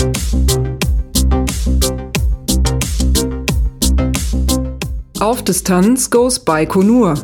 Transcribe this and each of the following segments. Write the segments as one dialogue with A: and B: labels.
A: Auf Distanz goes Baikonur.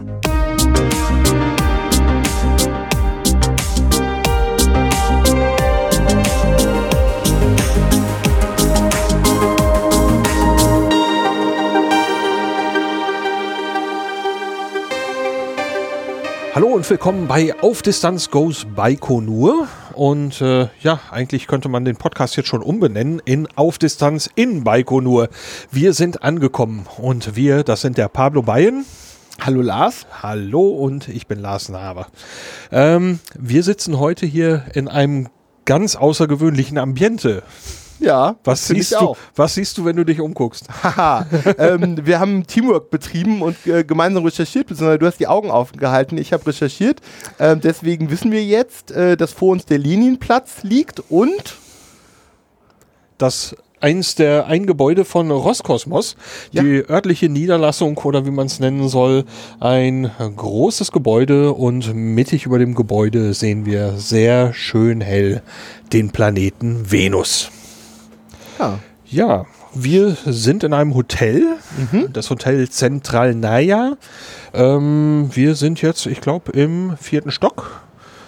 B: Hallo und willkommen bei Auf Distanz goes Baikonur. Und eigentlich könnte man den Podcast jetzt schon umbenennen in Auf Distanz in Baikonur. Wir sind angekommen und wir, das sind der Pablo Bayen.
C: Hallo Lars.
B: Hallo und ich bin Lars Naber. Wir sitzen heute hier in einem ganz außergewöhnlichen Ambiente.
C: Ja,
B: was siehst du, wenn du dich umguckst?
C: Haha, wir haben Teamwork betrieben und gemeinsam recherchiert, beziehungsweise du hast die Augen aufgehalten, ich habe recherchiert. Deswegen wissen wir jetzt, dass vor uns der Linienplatz liegt und
B: das ein Gebäude von Roskosmos, die örtliche Niederlassung oder wie man es nennen soll, ein großes Gebäude und mittig über dem Gebäude sehen wir sehr schön hell den Planeten Venus. Ja, wir sind in einem Hotel, das Hotel Central Naya. Wir sind jetzt, ich glaube, im 4. Stock.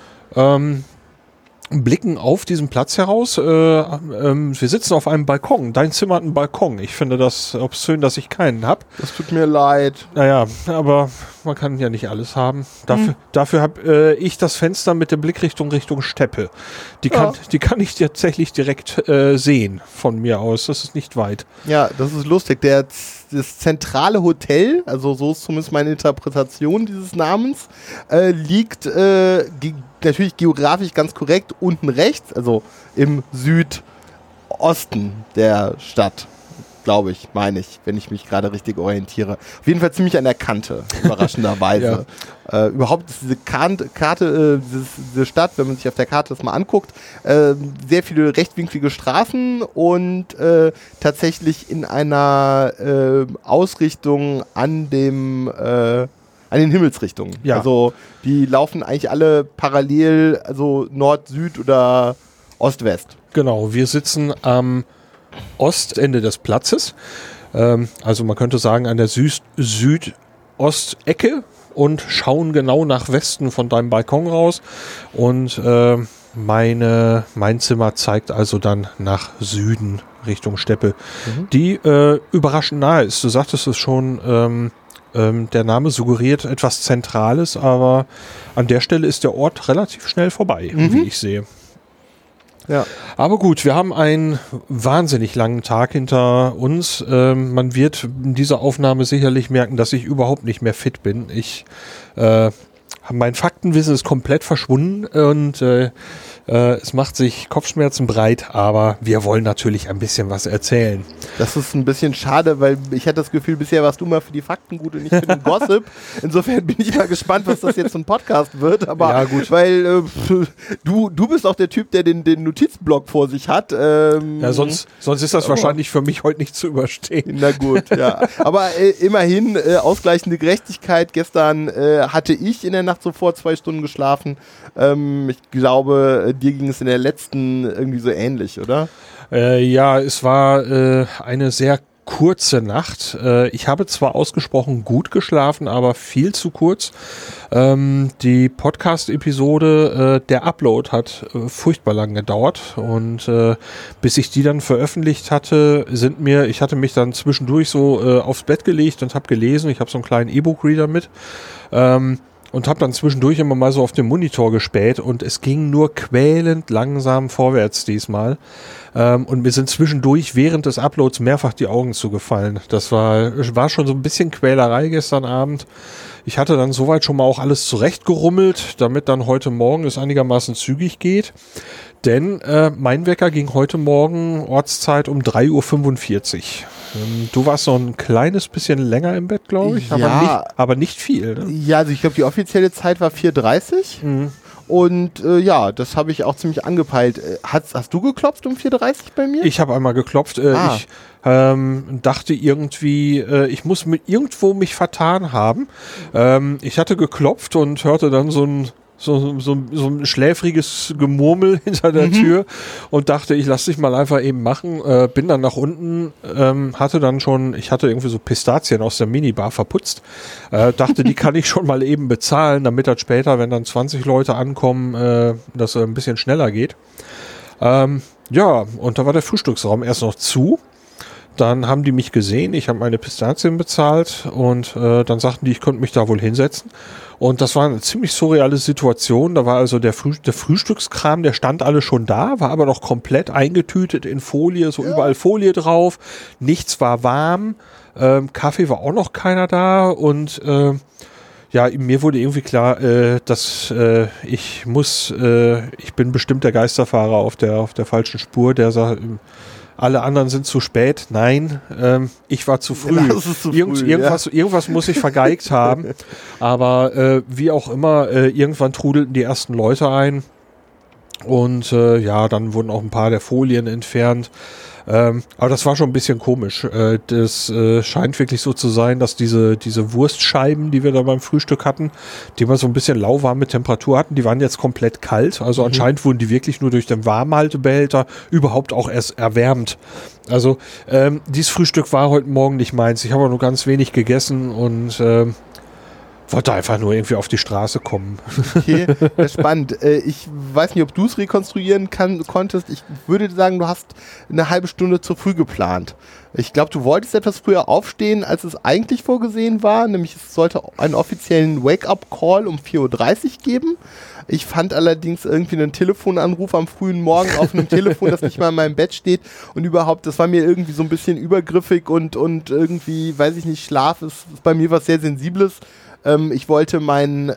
B: Blicken auf diesen Platz heraus. Wir sitzen auf einem Balkon. Dein Zimmer hat einen Balkon. Ich finde das obszön, dass ich keinen habe.
C: Das tut mir leid.
B: Naja, aber man kann ja nicht alles haben. Dafür habe ich das Fenster mit der Blickrichtung Richtung Steppe. Die kann ich tatsächlich direkt sehen von mir aus. Das ist nicht weit.
C: Ja, das ist lustig. Das zentrale Hotel, also so ist zumindest meine Interpretation dieses Namens, liegt natürlich geografisch ganz korrekt unten rechts, also im Südosten der Stadt, glaube ich, meine ich, wenn ich mich gerade richtig orientiere. Auf jeden Fall ziemlich an der Kante, überraschenderweise. Überhaupt ist diese Karte, diese Stadt, wenn man sich auf der Karte das mal anguckt, sehr viele rechtwinklige Straßen und tatsächlich in einer Ausrichtung an den Himmelsrichtungen. Ja. Also die laufen eigentlich alle parallel, also Nord, Süd oder Ost, West.
B: Genau, wir sitzen am Ostende des Platzes, also man könnte sagen an der Südostecke und schauen genau nach Westen von deinem Balkon raus und mein Zimmer zeigt also dann nach Süden Richtung Steppe, die überraschend nahe ist. Du sagtest es schon, der Name suggeriert etwas Zentrales, aber an der Stelle ist der Ort relativ schnell vorbei, wie ich sehe. Ja. Aber gut, wir haben einen wahnsinnig langen Tag hinter uns. Man wird in dieser Aufnahme sicherlich merken, dass ich überhaupt nicht mehr fit bin. Mein Faktenwissen ist komplett verschwunden und es macht sich Kopfschmerzen breit, aber wir wollen natürlich ein bisschen was erzählen.
C: Das ist ein bisschen schade, weil ich hatte das Gefühl, bisher warst du mal für die Fakten gut und nicht für den Gossip. Insofern bin ich mal gespannt, was das jetzt für ein Podcast wird. Aber ja, gut. Weil du bist auch der Typ, der den Notizblock vor sich hat.
B: Ja, sonst ist das wahrscheinlich für mich heute nicht zu überstehen.
C: Na gut, ja. Aber immerhin ausgleichende Gerechtigkeit. Gestern hatte ich in der Nacht zuvor 2 Stunden geschlafen. Ich glaube, dir ging es in der letzten irgendwie so ähnlich, oder?
B: Ja, es war eine sehr kurze Nacht. Ich habe zwar ausgesprochen gut geschlafen, aber viel zu kurz. Die Podcast-Episode, der Upload hat furchtbar lang gedauert und bis ich die dann veröffentlicht hatte, ich hatte mich dann zwischendurch so aufs Bett gelegt und habe gelesen. Ich habe so einen kleinen E-Book-Reader mit. Und habe dann zwischendurch immer mal so auf den Monitor gespäht und es ging nur quälend langsam vorwärts diesmal. Und mir sind zwischendurch während des Uploads mehrfach die Augen zugefallen. Das war schon so ein bisschen Quälerei gestern Abend. Ich hatte dann soweit schon mal auch alles zurechtgerummelt, damit dann heute Morgen es einigermaßen zügig geht. Denn mein Wecker ging heute Morgen Ortszeit um 3:45 Uhr. Du warst noch ein kleines bisschen länger im Bett, glaube ich, aber nicht viel. Ne?
C: Ja, also ich glaube, die offizielle Zeit war 4:30 Uhr. Und das habe ich auch ziemlich angepeilt. Hast du geklopft um 4:30 Uhr bei mir?
B: Ich habe einmal geklopft. Ich dachte irgendwie, ich muss irgendwo mich vertan haben. Ich hatte geklopft und hörte dann so ein so ein schläfriges Gemurmel hinter der Tür und dachte, ich lasse dich mal einfach eben machen. Bin dann nach unten, ich hatte irgendwie so Pistazien aus der Minibar verputzt. Dachte, die kann ich schon mal eben bezahlen, damit das später, wenn dann 20 Leute ankommen, das ein bisschen schneller geht. Ja, und da war der Frühstücksraum erst noch zu. Dann haben die mich gesehen, ich habe meine Pistazien bezahlt und dann sagten die, ich könnte mich da wohl hinsetzen. Und das war eine ziemlich surreale Situation. Da war also der Frühstückskram, der stand alle schon da, war aber noch komplett eingetütet in Folie, so überall Folie drauf. Nichts war warm, Kaffee war auch noch keiner da und mir wurde irgendwie klar, dass ich bin bestimmt der Geisterfahrer auf der falschen Spur, der sagt, alle anderen sind zu spät. Nein, ich war zu früh. Irgendwas muss ich vergeigt haben. Aber wie auch immer, irgendwann trudelten die ersten Leute ein. Und dann wurden auch ein paar der Folien entfernt. Aber das war schon ein bisschen komisch. Das scheint wirklich so zu sein, dass diese Wurstscheiben, die wir da beim Frühstück hatten, die wir so ein bisschen lauwarme Temperatur hatten, die waren jetzt komplett kalt. Also anscheinend wurden die wirklich nur durch den Warmhaltebehälter überhaupt auch erst erwärmt. Also dieses Frühstück war heute Morgen nicht meins. Ich habe nur ganz wenig gegessen und wollte einfach nur irgendwie auf die Straße kommen.
C: Okay, das ist spannend. Ich weiß nicht, ob du es rekonstruieren konntest. Ich würde sagen, du hast eine halbe Stunde zu früh geplant. Ich glaube, du wolltest etwas früher aufstehen, als es eigentlich vorgesehen war. Nämlich es sollte einen offiziellen Wake-up-Call um 4.30 Uhr geben. Ich fand allerdings irgendwie einen Telefonanruf am frühen Morgen auf einem Telefon, das nicht mal in meinem Bett steht. Und überhaupt, das war mir irgendwie so ein bisschen übergriffig und irgendwie, weiß ich nicht, Schlaf ist bei mir was sehr Sensibles. Ich wollte mein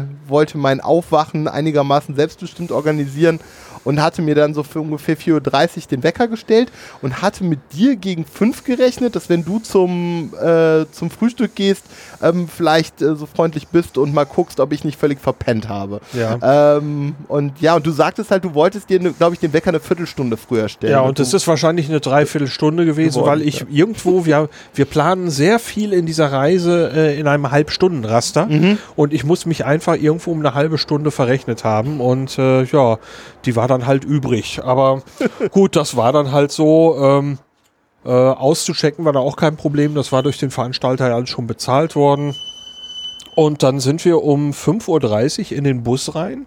C: Aufwachen einigermaßen selbstbestimmt organisieren und hatte mir dann so für ungefähr 4.30 Uhr den Wecker gestellt und hatte mit dir gegen 5 gerechnet, dass wenn du zum Frühstück gehst, vielleicht so freundlich bist und mal guckst, ob ich nicht völlig verpennt habe.
B: Ja.
C: Und du sagtest halt, du wolltest dir, glaube ich, den Wecker eine Viertelstunde früher stellen.
B: Ja, und das ist wahrscheinlich eine Dreiviertelstunde gewesen, weil ich irgendwo, wir planen sehr viel in dieser Reise in einem Halbstundenraster und ich muss mich einfach irgendwo um eine halbe Stunde verrechnet haben und die war dann halt übrig. Aber gut, das war dann halt so. Auszuchecken war da auch kein Problem. Das war durch den Veranstalter ja alles schon bezahlt worden. Und dann sind wir um 5.30 Uhr in den Bus rein,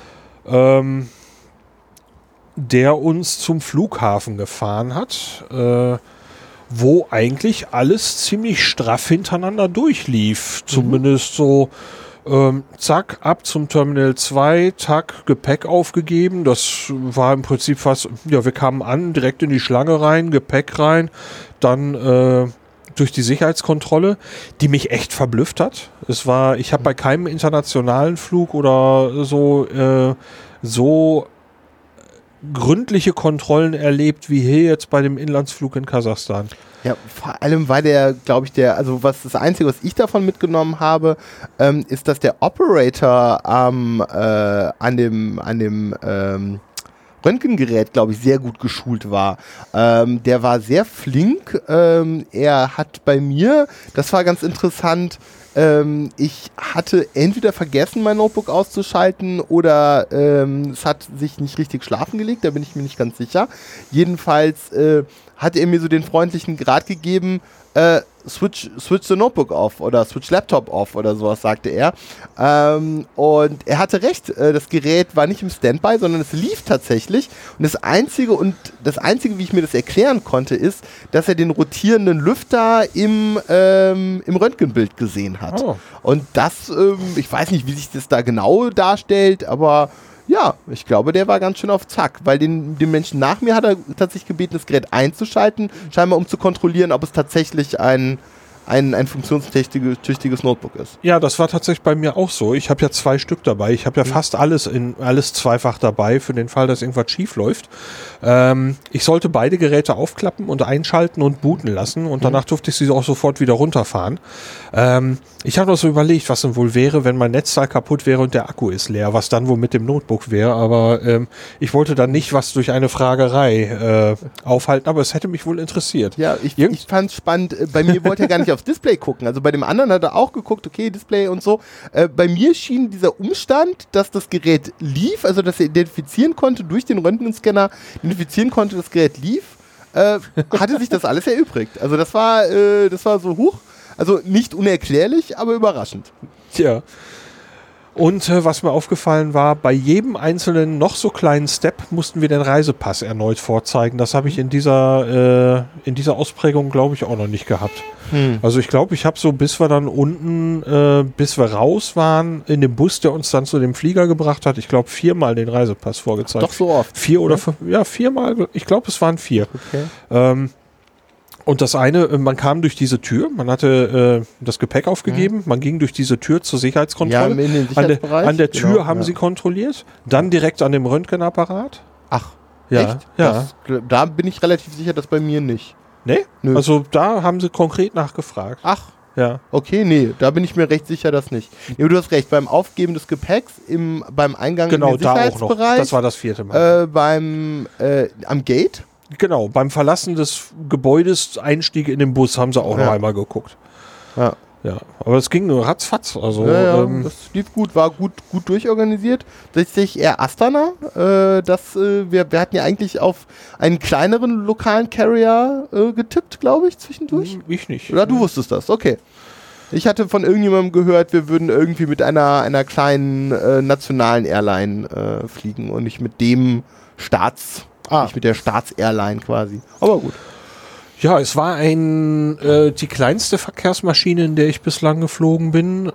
B: der uns zum Flughafen gefahren hat, wo eigentlich alles ziemlich straff hintereinander durchlief. Zumindest so zack, ab zum Terminal 2, tack, Gepäck aufgegeben. Das war im Prinzip fast, wir kamen an, direkt in die Schlange rein, Gepäck rein, dann durch die Sicherheitskontrolle, die mich echt verblüfft hat. Ich habe bei keinem internationalen Flug oder so gründliche Kontrollen erlebt, wie hier jetzt bei dem Inlandsflug in Kasachstan.
C: Ja, vor allem war das Einzige, was ich davon mitgenommen habe, ist, dass der Operator an dem Röntgengerät, glaube ich, sehr gut geschult war. Der war sehr flink. Er hat bei mir, das war ganz interessant, ich hatte entweder vergessen, mein Notebook auszuschalten oder es hat sich nicht richtig schlafen gelegt, da bin ich mir nicht ganz sicher. Jedenfalls hat er mir so den freundlichen Rat gegeben, switch the Notebook off oder switch Laptop off oder sowas, sagte er. Und er hatte recht, das Gerät war nicht im Standby, sondern es lief tatsächlich. Und das Einzige, wie ich mir das erklären konnte, ist, dass er den rotierenden Lüfter im Röntgenbild gesehen hat. Oh. Und das, ich weiß nicht, wie sich das da genau darstellt, aber ja, ich glaube, der war ganz schön auf Zack, weil den Menschen nach mir hat er tatsächlich gebeten, das Gerät einzuschalten, scheinbar um zu kontrollieren, ob es tatsächlich ein funktionstüchtiges Notebook ist.
B: Ja, das war tatsächlich bei mir auch so. Ich habe ja 2 Stück dabei. Ich habe ja fast alles zweifach dabei, für den Fall, dass irgendwas schief läuft. Ich sollte beide Geräte aufklappen und einschalten und booten lassen und danach durfte ich sie auch sofort wieder runterfahren. Ich habe noch so überlegt, was denn wohl wäre, wenn mein Netzteil kaputt wäre und der Akku ist leer, was dann wohl mit dem Notebook wäre, aber ich wollte dann nicht was durch eine Fragerei aufhalten, aber es hätte mich wohl interessiert.
C: Ja, ich fand es spannend. Bei mir wollte er gar nicht aufs Display gucken. Also bei dem anderen hat er auch geguckt, okay, Display und so. Bei mir schien dieser Umstand, dass das Gerät lief, also dass er identifizieren konnte durch den Röntgenscanner, das Gerät lief, hatte sich das alles erübrigt. Also das war so also nicht unerklärlich, aber überraschend.
B: Tja. Und was mir aufgefallen war, bei jedem einzelnen noch so kleinen Step mussten wir den Reisepass erneut vorzeigen. Das habe ich in dieser Ausprägung, glaube ich, auch noch nicht gehabt. Also ich glaube, ich habe so, bis wir dann unten, bis wir raus waren, in dem Bus, der uns dann zu dem Flieger gebracht hat, ich glaube 4-mal den Reisepass vorgezeigt.
C: Doch so oft?
B: 4 oder 5, ja 4-mal, ich glaube es waren 4.
C: Okay.
B: Und das eine, man kam durch diese Tür, man hatte das Gepäck aufgegeben, man ging durch diese Tür zur Sicherheitskontrolle.
C: Ja, in den Sicherheitsbereich.
B: An der Tür haben sie kontrolliert, dann direkt an dem Röntgenapparat.
C: Ach,
B: ja,
C: echt?
B: Ja.
C: Da bin ich relativ sicher, dass bei mir nicht.
B: Nee?
C: Nö.
B: Also da haben sie konkret nachgefragt.
C: Ach,
B: ja.
C: Okay, nee, da bin ich mir recht sicher, dass nicht. Nee, du hast recht, beim Aufgeben des Gepäcks beim Eingang in den
B: da auch noch.
C: Sicherheitsbereich.
B: Das war das 4. Mal.
C: Am Gate.
B: Genau, beim Verlassen des Gebäudes, Einstieg in den Bus, haben sie auch noch einmal geguckt.
C: Ja.
B: Ja, aber es ging nur ratzfatz. Also,
C: das lief gut, war gut durchorganisiert. Tatsächlich eher Astana. Wir hatten ja eigentlich auf einen kleineren lokalen Carrier getippt, glaube ich, zwischendurch.
B: Ich nicht.
C: Oder du wusstest das, okay. Ich hatte von irgendjemandem gehört, wir würden irgendwie mit einer kleinen nationalen Airline fliegen und nicht mit dem nicht mit der Staatsairline quasi. Aber gut.
B: Ja, es war die kleinste Verkehrsmaschine, in der ich bislang geflogen bin.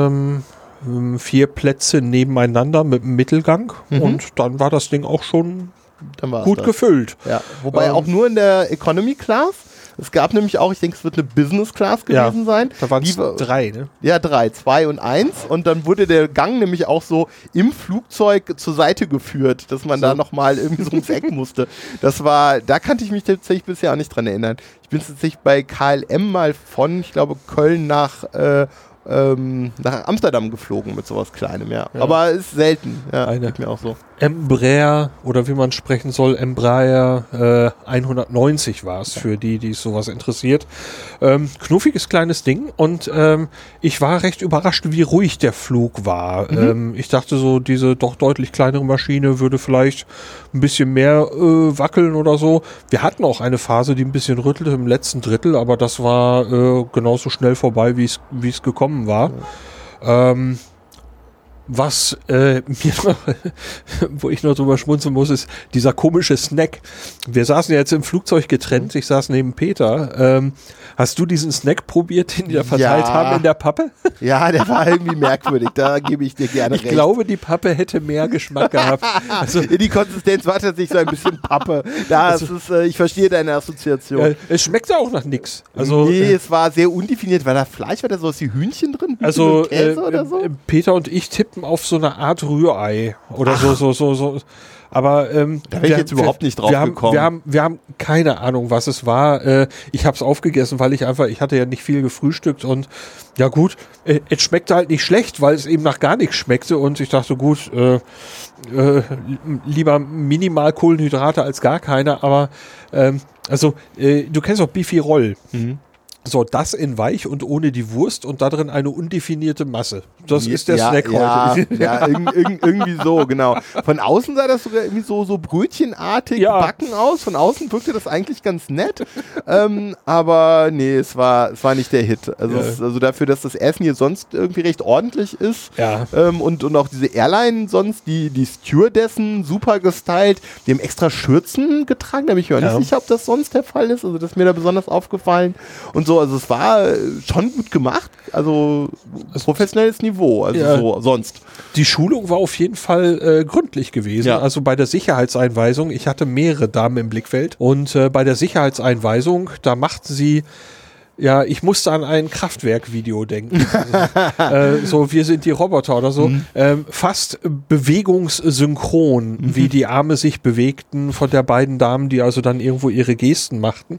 B: 4 Plätze nebeneinander mit einem Mittelgang und dann war das Ding auch schon gut gefüllt.
C: Ja, wobei auch nur in der Economy Class. Es gab nämlich auch, ich denke, es wird eine Business Class gewesen sein.
B: Da waren es 3, ne?
C: Ja, 3, 2 und 1. Und dann wurde der Gang nämlich auch so im Flugzeug zur Seite geführt, dass man da nochmal irgendwie so ums Eck musste. Da kannte ich mich tatsächlich bisher auch nicht dran erinnern. Ich bin tatsächlich bei KLM mal von, ich glaube, Köln nach Amsterdam geflogen mit sowas Kleinem, ja. Aber ist selten. Ja, geht mir auch so.
B: Embraer, oder wie man sprechen soll, Embraer 190 war es für die es sowas interessiert. Knuffiges kleines Ding und ich war recht überrascht, wie ruhig der Flug war. Ich dachte so, diese doch deutlich kleinere Maschine würde vielleicht ein bisschen mehr wackeln oder so. Wir hatten auch eine Phase, die ein bisschen rüttelte im letzten Drittel, aber das war genauso schnell vorbei, wie es gekommen war. Was wo ich noch drüber schmunzeln muss, ist dieser komische Snack. Wir saßen ja jetzt im Flugzeug getrennt, ich saß neben Peter. Hast du diesen Snack probiert, den die da verteilt haben in der Pappe?
C: Ja, der war irgendwie merkwürdig, da gebe ich dir gerne recht.
B: Ich glaube, die Pappe hätte mehr Geschmack gehabt.
C: Also, die Konsistenz war tatsächlich so ein bisschen Pappe. Ich verstehe deine Assoziation.
B: Es schmeckte auch nach nix. Also,
C: nee, es war sehr undefiniert. War da Fleisch, war da sowas wie Hühnchen drin?
B: Also
C: Käse oder so?
B: Peter und ich tippen auf so eine Art Rührei oder so. Aber
C: da wäre ich jetzt überhaupt nicht drauf gekommen.
B: Wir haben keine Ahnung, was es war. Ich habe es aufgegessen, weil ich hatte ja nicht viel gefrühstückt und ja gut, es schmeckte halt nicht schlecht, weil es eben nach gar nichts schmeckte und ich dachte gut, lieber minimal Kohlenhydrate als gar keine, aber du kennst auch Bifi Roll. So, das in weich und ohne die Wurst und da drin eine undefinierte Masse. Das ist der Snack heute.
C: Ja, irgendwie so, genau. Von außen sah das sogar irgendwie so brötchenartig backen aus. Von außen wirkte das eigentlich ganz nett. Aber nee, es war nicht der Hit. Also dafür, dass das Essen hier sonst irgendwie recht ordentlich ist.
B: Ja.
C: Und auch diese Airline sonst, die Stewardessen super gestylt. Die haben extra Schürzen getragen. Da bin ich mir auch nicht sicher, ob das sonst der Fall ist. Also das ist mir da besonders aufgefallen. Und so, also es war schon gut gemacht, also professionelles Niveau, so sonst.
B: Die Schulung war auf jeden Fall gründlich gewesen, also bei der Sicherheitseinweisung, ich hatte mehrere Damen im Blickfeld und bei der Sicherheitseinweisung, da machten sie, ich musste an ein Kraftwerk-Video denken. So, wir sind die Roboter oder so. Fast bewegungssynchron, wie die Arme sich bewegten von der beiden Damen, die also dann irgendwo ihre Gesten machten.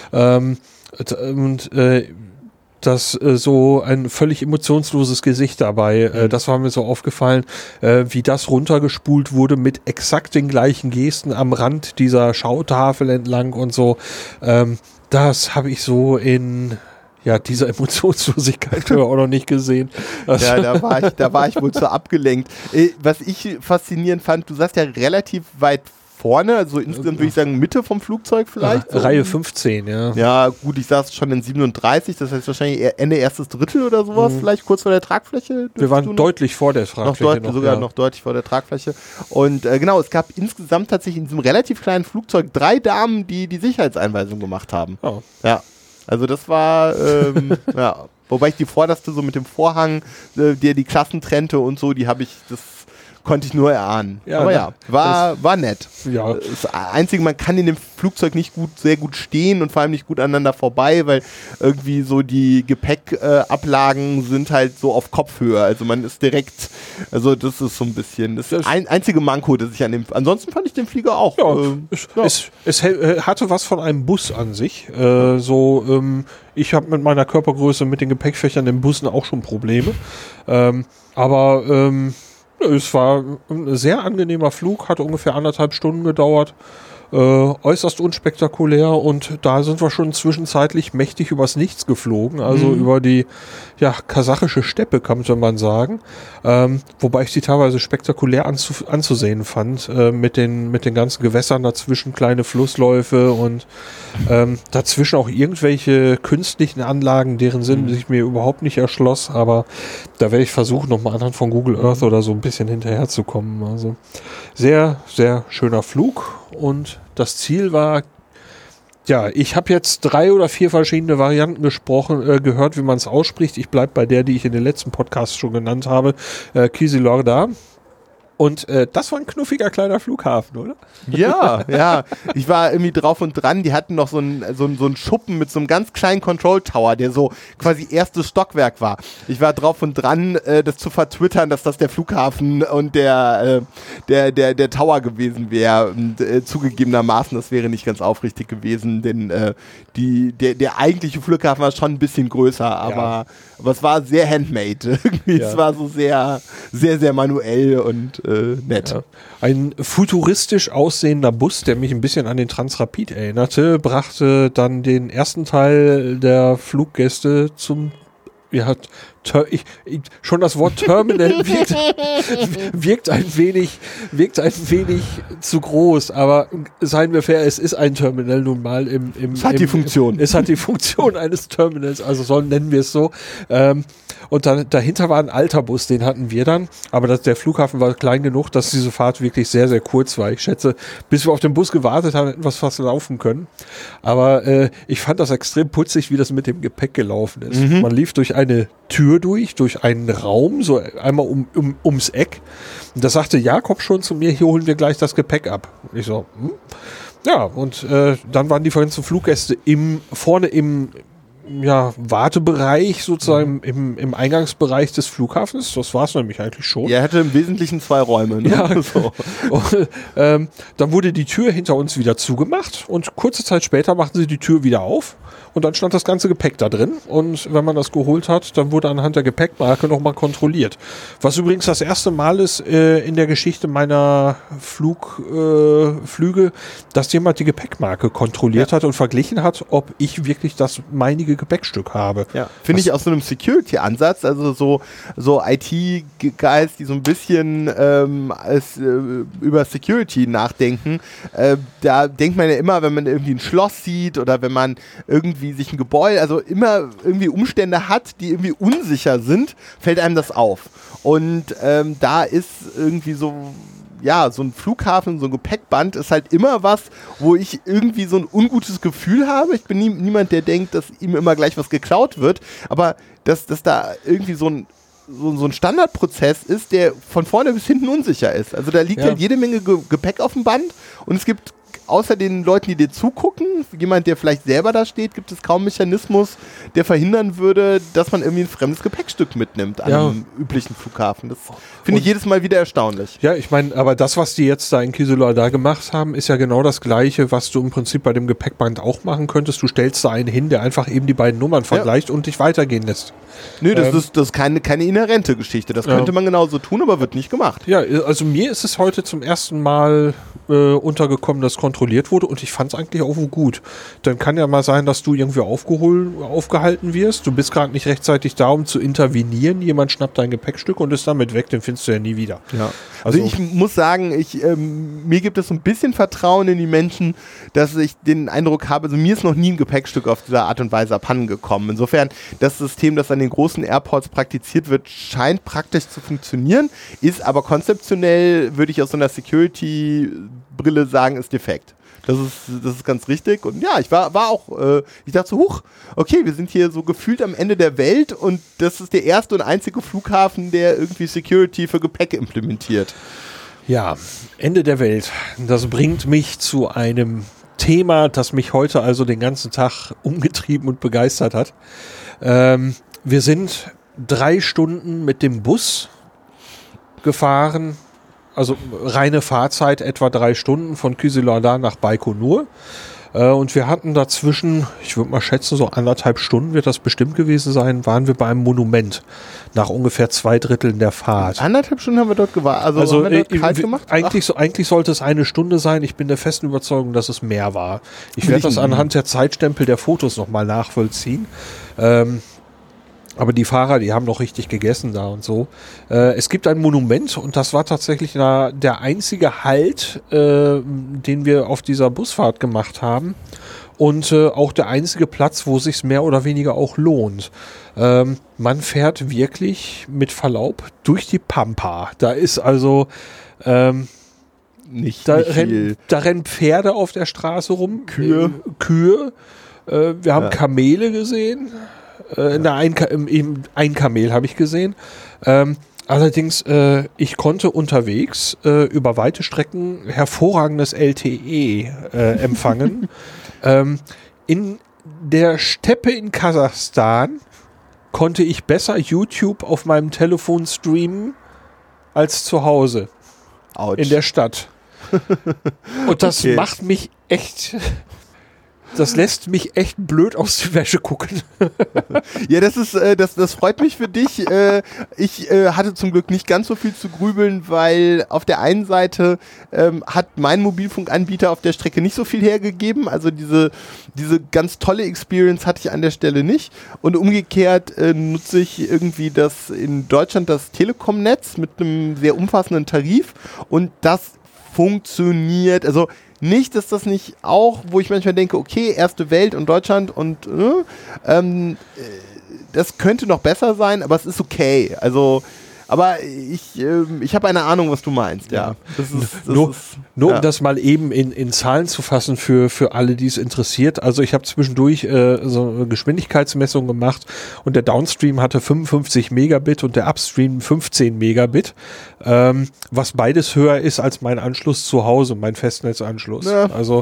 B: Das so ein völlig emotionsloses Gesicht dabei, das war mir so aufgefallen, wie das runtergespult wurde mit exakt den gleichen Gesten am Rand dieser Schautafel entlang und so. Das habe ich so in ja, diese Emotionslosigkeit haben wir auch noch nicht gesehen. Also
C: Ja, da war ich wohl zu abgelenkt. Was ich faszinierend fand, du saßt ja relativ weit vorne, also insgesamt würde ich sagen Mitte vom Flugzeug vielleicht. So.
B: Reihe 15, ja.
C: Ja, gut, ich saß schon in 37, das heißt wahrscheinlich eher Ende erstes Drittel oder sowas, vielleicht kurz vor der Tragfläche.
B: Wir waren deutlich vor der Tragfläche.
C: Noch deutlich vor der Tragfläche. Und genau, es gab insgesamt tatsächlich in diesem relativ kleinen Flugzeug 3 Damen, die die Sicherheitseinweisung gemacht haben.
B: Oh.
C: Ja, also das war, ja, wobei ich die vorderste so mit dem Vorhang, der die Klassen trennte und so, das konnte ich nur erahnen.
B: Ja,
C: aber ja, war nett.
B: Ja.
C: Das Einzige, man kann in dem Flugzeug nicht sehr gut stehen und vor allem nicht gut aneinander vorbei, weil irgendwie so die Gepäckablagen sind halt so auf Kopfhöhe. Also man ist direkt, also das ist so ein bisschen das einzige Manko, das ich ansonsten fand ich den Flieger auch.
B: Ja, es hatte was von einem Bus an sich. Ich habe mit meiner Körpergröße mit den Gepäckfächern in Bussen auch schon Probleme. Aber es war ein sehr angenehmer Flug, hat ungefähr 1,5 Stunden gedauert. Äußerst unspektakulär, und da sind wir schon zwischenzeitlich mächtig übers Nichts geflogen, also über die kasachische Steppe, kann man sagen. Wobei ich die teilweise spektakulär anzusehen fand, mit den ganzen Gewässern dazwischen, kleine Flussläufe und dazwischen auch irgendwelche künstlichen Anlagen, deren Sinn sich mir überhaupt nicht erschloss, aber da werde ich versuchen, nochmal anhand von Google Earth oder so ein bisschen hinterherzukommen. Also sehr, sehr schöner Flug, und das Ziel war, ja, ich habe jetzt 3 oder 4 verschiedene Varianten gehört, wie man es ausspricht. Ich bleibe bei der, die ich in den letzten Podcasts schon genannt habe, Kizilorda. Und das war ein knuffiger kleiner Flughafen, oder?
C: Ja. Ich war irgendwie drauf und dran. Die hatten noch so einen Schuppen mit so einem ganz kleinen Control Tower, der so quasi erstes Stockwerk war. Ich war drauf und dran, das zu vertwittern, dass das der Flughafen und der Tower gewesen wäre. Und zugegebenermaßen, das wäre nicht ganz aufrichtig gewesen, denn der eigentliche Flughafen war schon ein bisschen größer, aber es war sehr handmade. Irgendwie. Es war so sehr, sehr, sehr manuell und nett.
B: Ja. Ein futuristisch aussehender Bus, der mich ein bisschen an den Transrapid erinnerte, brachte dann den ersten Teil der Fluggäste zum schon das Wort Terminal wirkt ein wenig zu groß, aber seien wir fair, es ist ein Terminal nun mal
C: es hat die Funktion.
B: Es hat die Funktion eines Terminals, also nennen wir es so. Und dann dahinter war ein alter Bus, den hatten wir dann, aber der Flughafen war klein genug, dass diese Fahrt wirklich sehr, sehr kurz war. Ich schätze, bis wir auf den Bus gewartet haben, hätten wir fast laufen können. Aber ich fand das extrem putzig, wie das mit dem Gepäck gelaufen ist. Man lief durch eine Tür durch einen Raum, so einmal ums Eck. Und da sagte Jakob schon zu mir, hier holen wir gleich das Gepäck ab. Und ich so, Ja, und dann waren die ganzen Fluggäste vorne im Wartebereich, sozusagen im Eingangsbereich des Flughafens. Das war es nämlich eigentlich schon.
C: Er hatte im Wesentlichen 2 Räume. Ne?
B: Ja, so. Und, dann wurde die Tür hinter uns wieder zugemacht, und kurze Zeit später machten sie die Tür wieder auf, und dann stand das ganze Gepäck da drin, und wenn man das geholt hat, dann wurde anhand der Gepäckmarke nochmal kontrolliert. Was übrigens das erste Mal ist in der Geschichte meiner Flüge, dass jemand die Gepäckmarke kontrolliert hat und verglichen hat, ob ich wirklich das meinige Gepäckstück habe.
C: Ja, finde ich aus so einem Security-Ansatz, also so IT-Guys, die so ein bisschen über Security nachdenken, da denkt man ja immer, wenn man irgendwie ein Schloss sieht oder wenn man irgendwie sich ein Gebäude, also immer irgendwie Umstände hat, die irgendwie unsicher sind, fällt einem das auf. Und da ist irgendwie so ein Flughafen, so ein Gepäckband ist halt immer was, wo ich irgendwie so ein ungutes Gefühl habe. Ich bin niemand, der denkt, dass ihm immer gleich was geklaut wird, aber dass da irgendwie so ein Standardprozess ist, der von vorne bis hinten unsicher ist. Also da liegt halt jede Menge Gepäck auf dem Band, und es gibt außer den Leuten, die dir zugucken, jemand, der vielleicht selber da steht, gibt es kaum Mechanismus, der verhindern würde, dass man irgendwie ein fremdes Gepäckstück mitnimmt an einem üblichen Flughafen. Das finde ich jedes Mal wieder erstaunlich.
B: Ja, ich meine, aber das, was die jetzt da in Kizilorda gemacht haben, ist ja genau das Gleiche, was du im Prinzip bei dem Gepäckband auch machen könntest. Du stellst da einen hin, der einfach eben die beiden Nummern vergleicht und dich weitergehen lässt.
C: Nö, das ist keine inhärente Geschichte. Das könnte man genauso tun, aber wird nicht gemacht.
B: Ja, also mir ist es heute zum ersten Mal untergekommen, das kontrolliert wurde und ich fand es eigentlich auch gut. Dann kann ja mal sein, dass du irgendwie aufgehalten wirst. Du bist gerade nicht rechtzeitig da, um zu intervenieren. Jemand schnappt dein Gepäckstück und ist damit weg, den findest du ja nie wieder.
C: Ja. Also ich muss sagen, mir gibt es so ein bisschen Vertrauen in die Menschen, dass ich den Eindruck habe, also mir ist noch nie ein Gepäckstück auf diese Art und Weise abhanden gekommen. Insofern, das System, das an den großen Airports praktiziert wird, scheint praktisch zu funktionieren, ist aber konzeptionell, würde ich aus so einer Security-Brille sagen, ist defekt. Das ist ganz richtig. Und ja, ich war auch, ich dachte so, huch, okay, wir sind hier so gefühlt am Ende der Welt und das ist der erste und einzige Flughafen, der irgendwie Security für Gepäck implementiert.
B: Ja, Ende der Welt. Das bringt mich zu einem Thema, das mich heute also den ganzen Tag umgetrieben und begeistert hat. Wir sind 3 Stunden mit dem Bus gefahren. Also reine Fahrzeit etwa 3 Stunden von Kyzylardar nach Baikonur. Und wir hatten dazwischen, ich würde mal schätzen, so 1,5 Stunden wird das bestimmt gewesen sein, waren wir bei einem Monument nach ungefähr 2/3 der Fahrt.
C: 1,5 Stunden haben wir dort gewartet. Also haben wir dort kalt gemacht?
B: Eigentlich sollte es 1 Stunde sein. Ich bin der festen Überzeugung, dass es mehr war. Ich werde das anhand der Zeitstempel der Fotos nochmal nachvollziehen. Aber die Fahrer, die haben noch richtig gegessen da und so. Es gibt ein Monument und das war tatsächlich der einzige Halt, den wir auf dieser Busfahrt gemacht haben. Und auch der einzige Platz, wo es sich mehr oder weniger auch lohnt. Man fährt wirklich mit Verlaub durch die Pampa. Da ist also
C: nicht
B: da
C: viel.
B: rennen Pferde auf der Straße rum.
C: Kühe.
B: Wir haben Kamele gesehen. Ein Kamel habe ich gesehen. Allerdings, ich konnte unterwegs über weite Strecken hervorragendes LTE empfangen. In der Steppe in Kasachstan konnte ich besser YouTube auf meinem Telefon streamen als zu Hause.
C: Autsch.
B: In der Stadt. Und das macht mich echt... Das lässt mich echt blöd aus die Wäsche gucken.
C: Ja, das freut mich für dich. Ich hatte zum Glück nicht ganz so viel zu grübeln, weil auf der einen Seite hat mein Mobilfunkanbieter auf der Strecke nicht so viel hergegeben. Also diese ganz tolle Experience hatte ich an der Stelle nicht. Und umgekehrt nutze ich irgendwie in Deutschland das Telekom-Netz mit einem sehr umfassenden Tarif und das funktioniert. Also nicht, dass das nicht auch, wo ich manchmal denke, okay, erste Welt und Deutschland und das könnte noch besser sein, aber es ist okay. Also, aber ich habe eine Ahnung, was du meinst, ja.
B: Nur um das mal eben in Zahlen zu fassen für alle, die es interessiert. Also ich habe zwischendurch so eine Geschwindigkeitsmessung gemacht und der Downstream hatte 55 Megabit und der Upstream 15 Megabit, was beides höher ist als mein Anschluss zu Hause, mein Festnetzanschluss. Ja. Also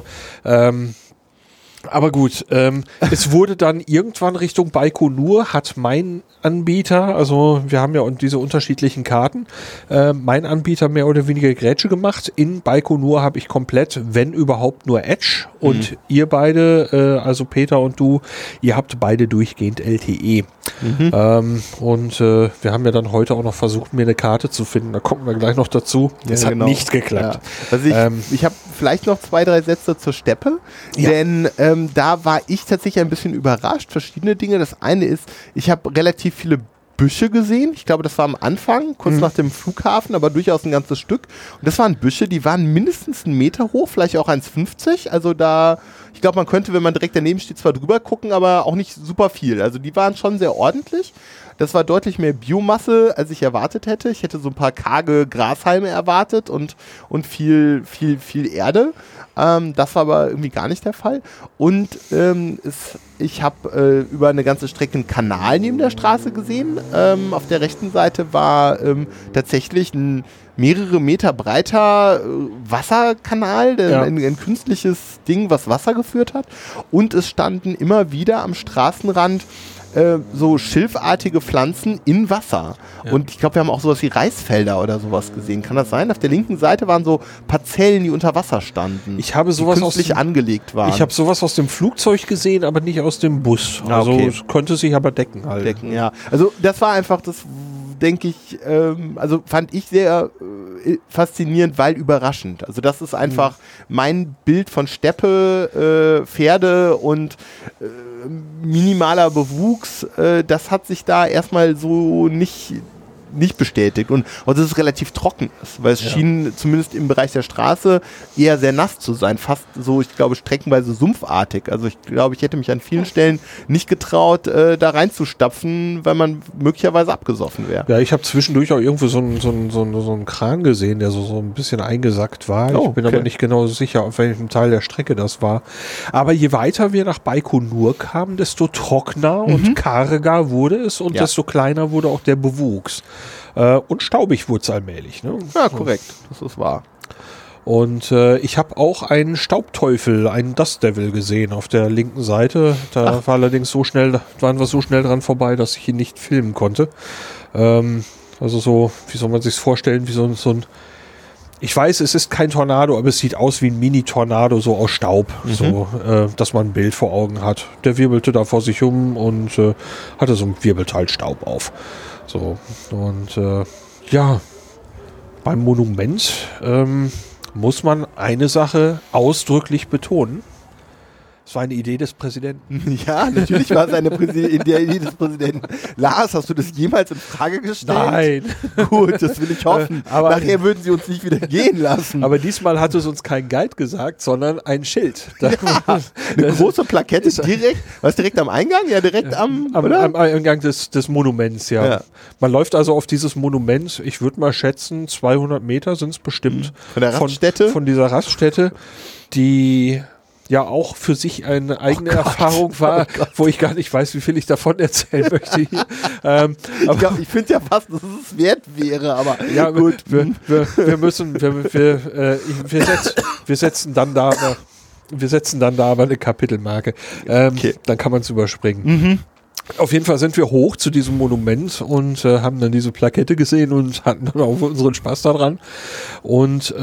B: aber gut, es wurde dann irgendwann Richtung Baikonur, hat mein Anbieter, also wir haben ja diese unterschiedlichen Karten, mein Anbieter mehr oder weniger Grätsche gemacht. In Baikonur habe ich komplett, wenn überhaupt, nur Edge und ihr beide, also Peter und du, ihr habt beide durchgehend LTE. Und wir haben ja dann heute auch noch versucht, mir eine Karte zu finden, da kommen wir gleich noch dazu. Das hat nicht geklappt.
C: Ja. Also ich habe vielleicht noch 2, 3 Sätze zur Steppe, denn da war ich tatsächlich ein bisschen überrascht. Verschiedene Dinge. Das eine ist, ich habe relativ viele Büsche gesehen. Ich glaube, das war am Anfang, kurz nach dem Flughafen, aber durchaus ein ganzes Stück. Und das waren Büsche, die waren mindestens 1 Meter hoch, vielleicht auch 1,50. Also da, ich glaube, man könnte, wenn man direkt daneben steht, zwar drüber gucken, aber auch nicht super viel. Also die waren schon sehr ordentlich. Das war deutlich mehr Biomasse, als ich erwartet hätte. Ich hätte so ein paar karge Grashalme erwartet und viel Erde. Das war aber irgendwie gar nicht der Fall. Und ich habe über eine ganze Strecke einen Kanal neben der Straße gesehen. Auf der rechten Seite war tatsächlich ein mehrere Meter breiter Wasserkanal, ein künstliches Ding, was Wasser geführt hat. Und es standen immer wieder am Straßenrand so schilfartige Pflanzen in Wasser. Ja. Und ich glaube, wir haben auch sowas wie Reisfelder oder sowas gesehen. Kann das sein? Auf der linken Seite waren so Parzellen, die unter Wasser standen.
B: Ich habe sowas
C: die künstlich angelegt waren.
B: Ich habe sowas aus dem Flugzeug gesehen, aber nicht aus dem Bus. Also es konnte sich aber decken halt.
C: Ja. Also das war einfach das, denke ich, also fand ich sehr faszinierend, weil überraschend. Also das ist einfach mein Bild von Steppe, Pferde und minimaler Bewuchs. Das hat sich da erstmal so nicht bestätigt. Und dass es relativ trocken ist, weil es schien zumindest im Bereich der Straße eher sehr nass zu sein. Fast so, ich glaube, streckenweise sumpfartig. Also ich glaube, ich hätte mich an vielen Stellen nicht getraut, da reinzustapfen, weil man möglicherweise abgesoffen wäre.
B: Ja, ich habe zwischendurch auch irgendwo so einen Kran gesehen, der so ein bisschen eingesackt war. Ich bin aber nicht genau sicher, auf welchem Teil der Strecke das war. Aber je weiter wir nach Baikonur kamen, desto trockener und karger wurde es und desto kleiner wurde auch der Bewuchs. Und staubig wurde es allmählich. Ne?
C: Ja, korrekt. Das ist wahr.
B: Und ich habe auch einen Staubteufel, einen Dust Devil gesehen auf der linken Seite. Da waren wir so schnell dran vorbei, dass ich ihn nicht filmen konnte. Also so, wie soll man sich vorstellen, wie so ein ich weiß, es ist kein Tornado, aber es sieht aus wie ein Mini-Tornado, so aus Staub, so, dass man ein Bild vor Augen hat. Der wirbelte da vor sich um und hatte so ein Wirbelteil Staub auf. So, und beim Monument muss man eine Sache ausdrücklich betonen. Es war eine Idee des Präsidenten.
C: Ja, natürlich war es eine Idee des Präsidenten. Lars, hast du das jemals in Frage gestellt?
B: Nein.
C: Gut, das will ich hoffen. Aber nachher würden sie uns nicht wieder gehen lassen.
B: Aber diesmal hat es uns kein Guide gesagt, sondern ein Schild.
C: Eine große Plakette direkt am Eingang? Ja, direkt am
B: Eingang des Monuments, ja. Man läuft also auf dieses Monument, ich würde mal schätzen, 200 Meter sind es bestimmt.
C: Von der Raststätte?
B: Von dieser Raststätte, die ja auch für sich eine eigene Erfahrung war, wo ich gar nicht weiß, wie viel ich davon erzählen möchte hier.
C: Ich finde ja fast, dass es wert wäre, aber
B: ja, gut. Wir setzen dann da aber eine Kapitelmarke. Dann kann man es überspringen. Auf jeden Fall sind wir hoch zu diesem Monument und haben dann diese Plakette gesehen und hatten dann auch unseren Spaß daran. Und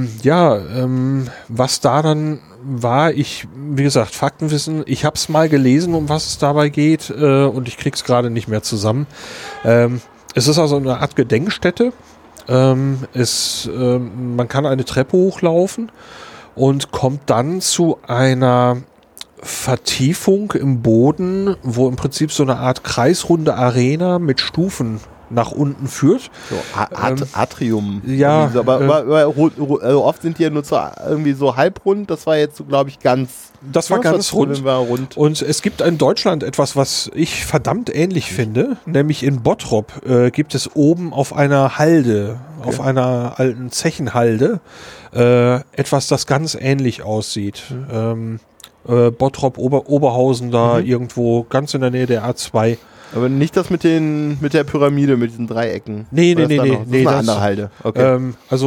B: was da dann war, wie gesagt, Faktenwissen, ich habe es mal gelesen, um was es dabei geht und ich krieg's gerade nicht mehr zusammen. Es ist also eine Art Gedenkstätte. Man kann eine Treppe hochlaufen und kommt dann zu einer Vertiefung im Boden, wo im Prinzip so eine Art kreisrunde Arena mit Stufen nach unten führt.
C: So, Atrium.
B: Ja.
C: Aber oft sind die ja nur irgendwie so halbrund. Das war jetzt, so, glaube ich, ganz...
B: Das war ganz rund. Und es gibt in Deutschland etwas, was ich verdammt ähnlich finde. Nämlich in Bottrop gibt es oben auf einer Halde, auf einer alten Zechenhalde, etwas, das ganz ähnlich aussieht. Bottrop, Oberhausen da irgendwo ganz in der Nähe der A2.
C: Aber nicht das mit der Pyramide, mit diesen Dreiecken.
B: Nee.
C: Das ist eine andere Halde. Okay.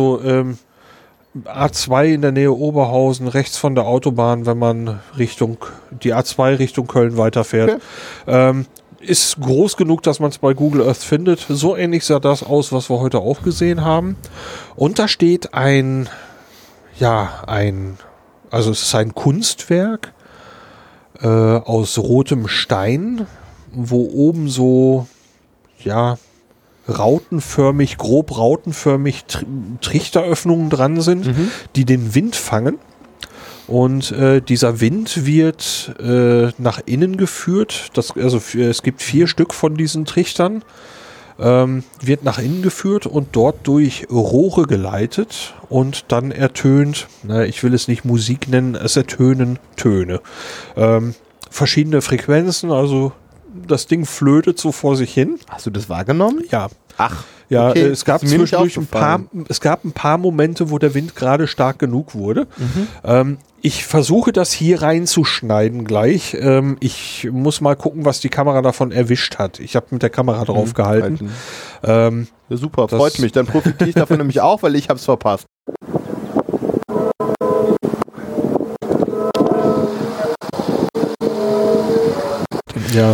B: A2 in der Nähe Oberhausen, rechts von der Autobahn, wenn man die A2 Richtung Köln weiterfährt. Okay. Ist groß genug, dass man es bei Google Earth findet. So ähnlich sah das aus, was wir heute auch gesehen haben. Und da steht also es ist ein Kunstwerk aus rotem Stein, wo oben so, grob rautenförmig Trichteröffnungen dran sind, die den Wind fangen. Und dieser Wind wird nach innen geführt. Es gibt 4 Stück von diesen Trichtern. Wird nach innen geführt und dort durch Rohre geleitet und dann ertönt, ich will es nicht Musik nennen, es ertönen Töne. Verschiedene Frequenzen, also das Ding flötet so vor sich hin.
C: Hast du das wahrgenommen?
B: Ja.
C: Ach.
B: Ja,
C: okay.
B: Es gab zwischendurch ein paar Momente, wo der Wind gerade stark genug wurde. Ich versuche das hier reinzuschneiden gleich. Ich muss mal gucken, was die Kamera davon erwischt hat. Ich habe mit der Kamera drauf gehalten.
C: Ja, super, freut mich. Dann profitiere ich davon nämlich auch, weil ich habe es verpasst.
B: Ja.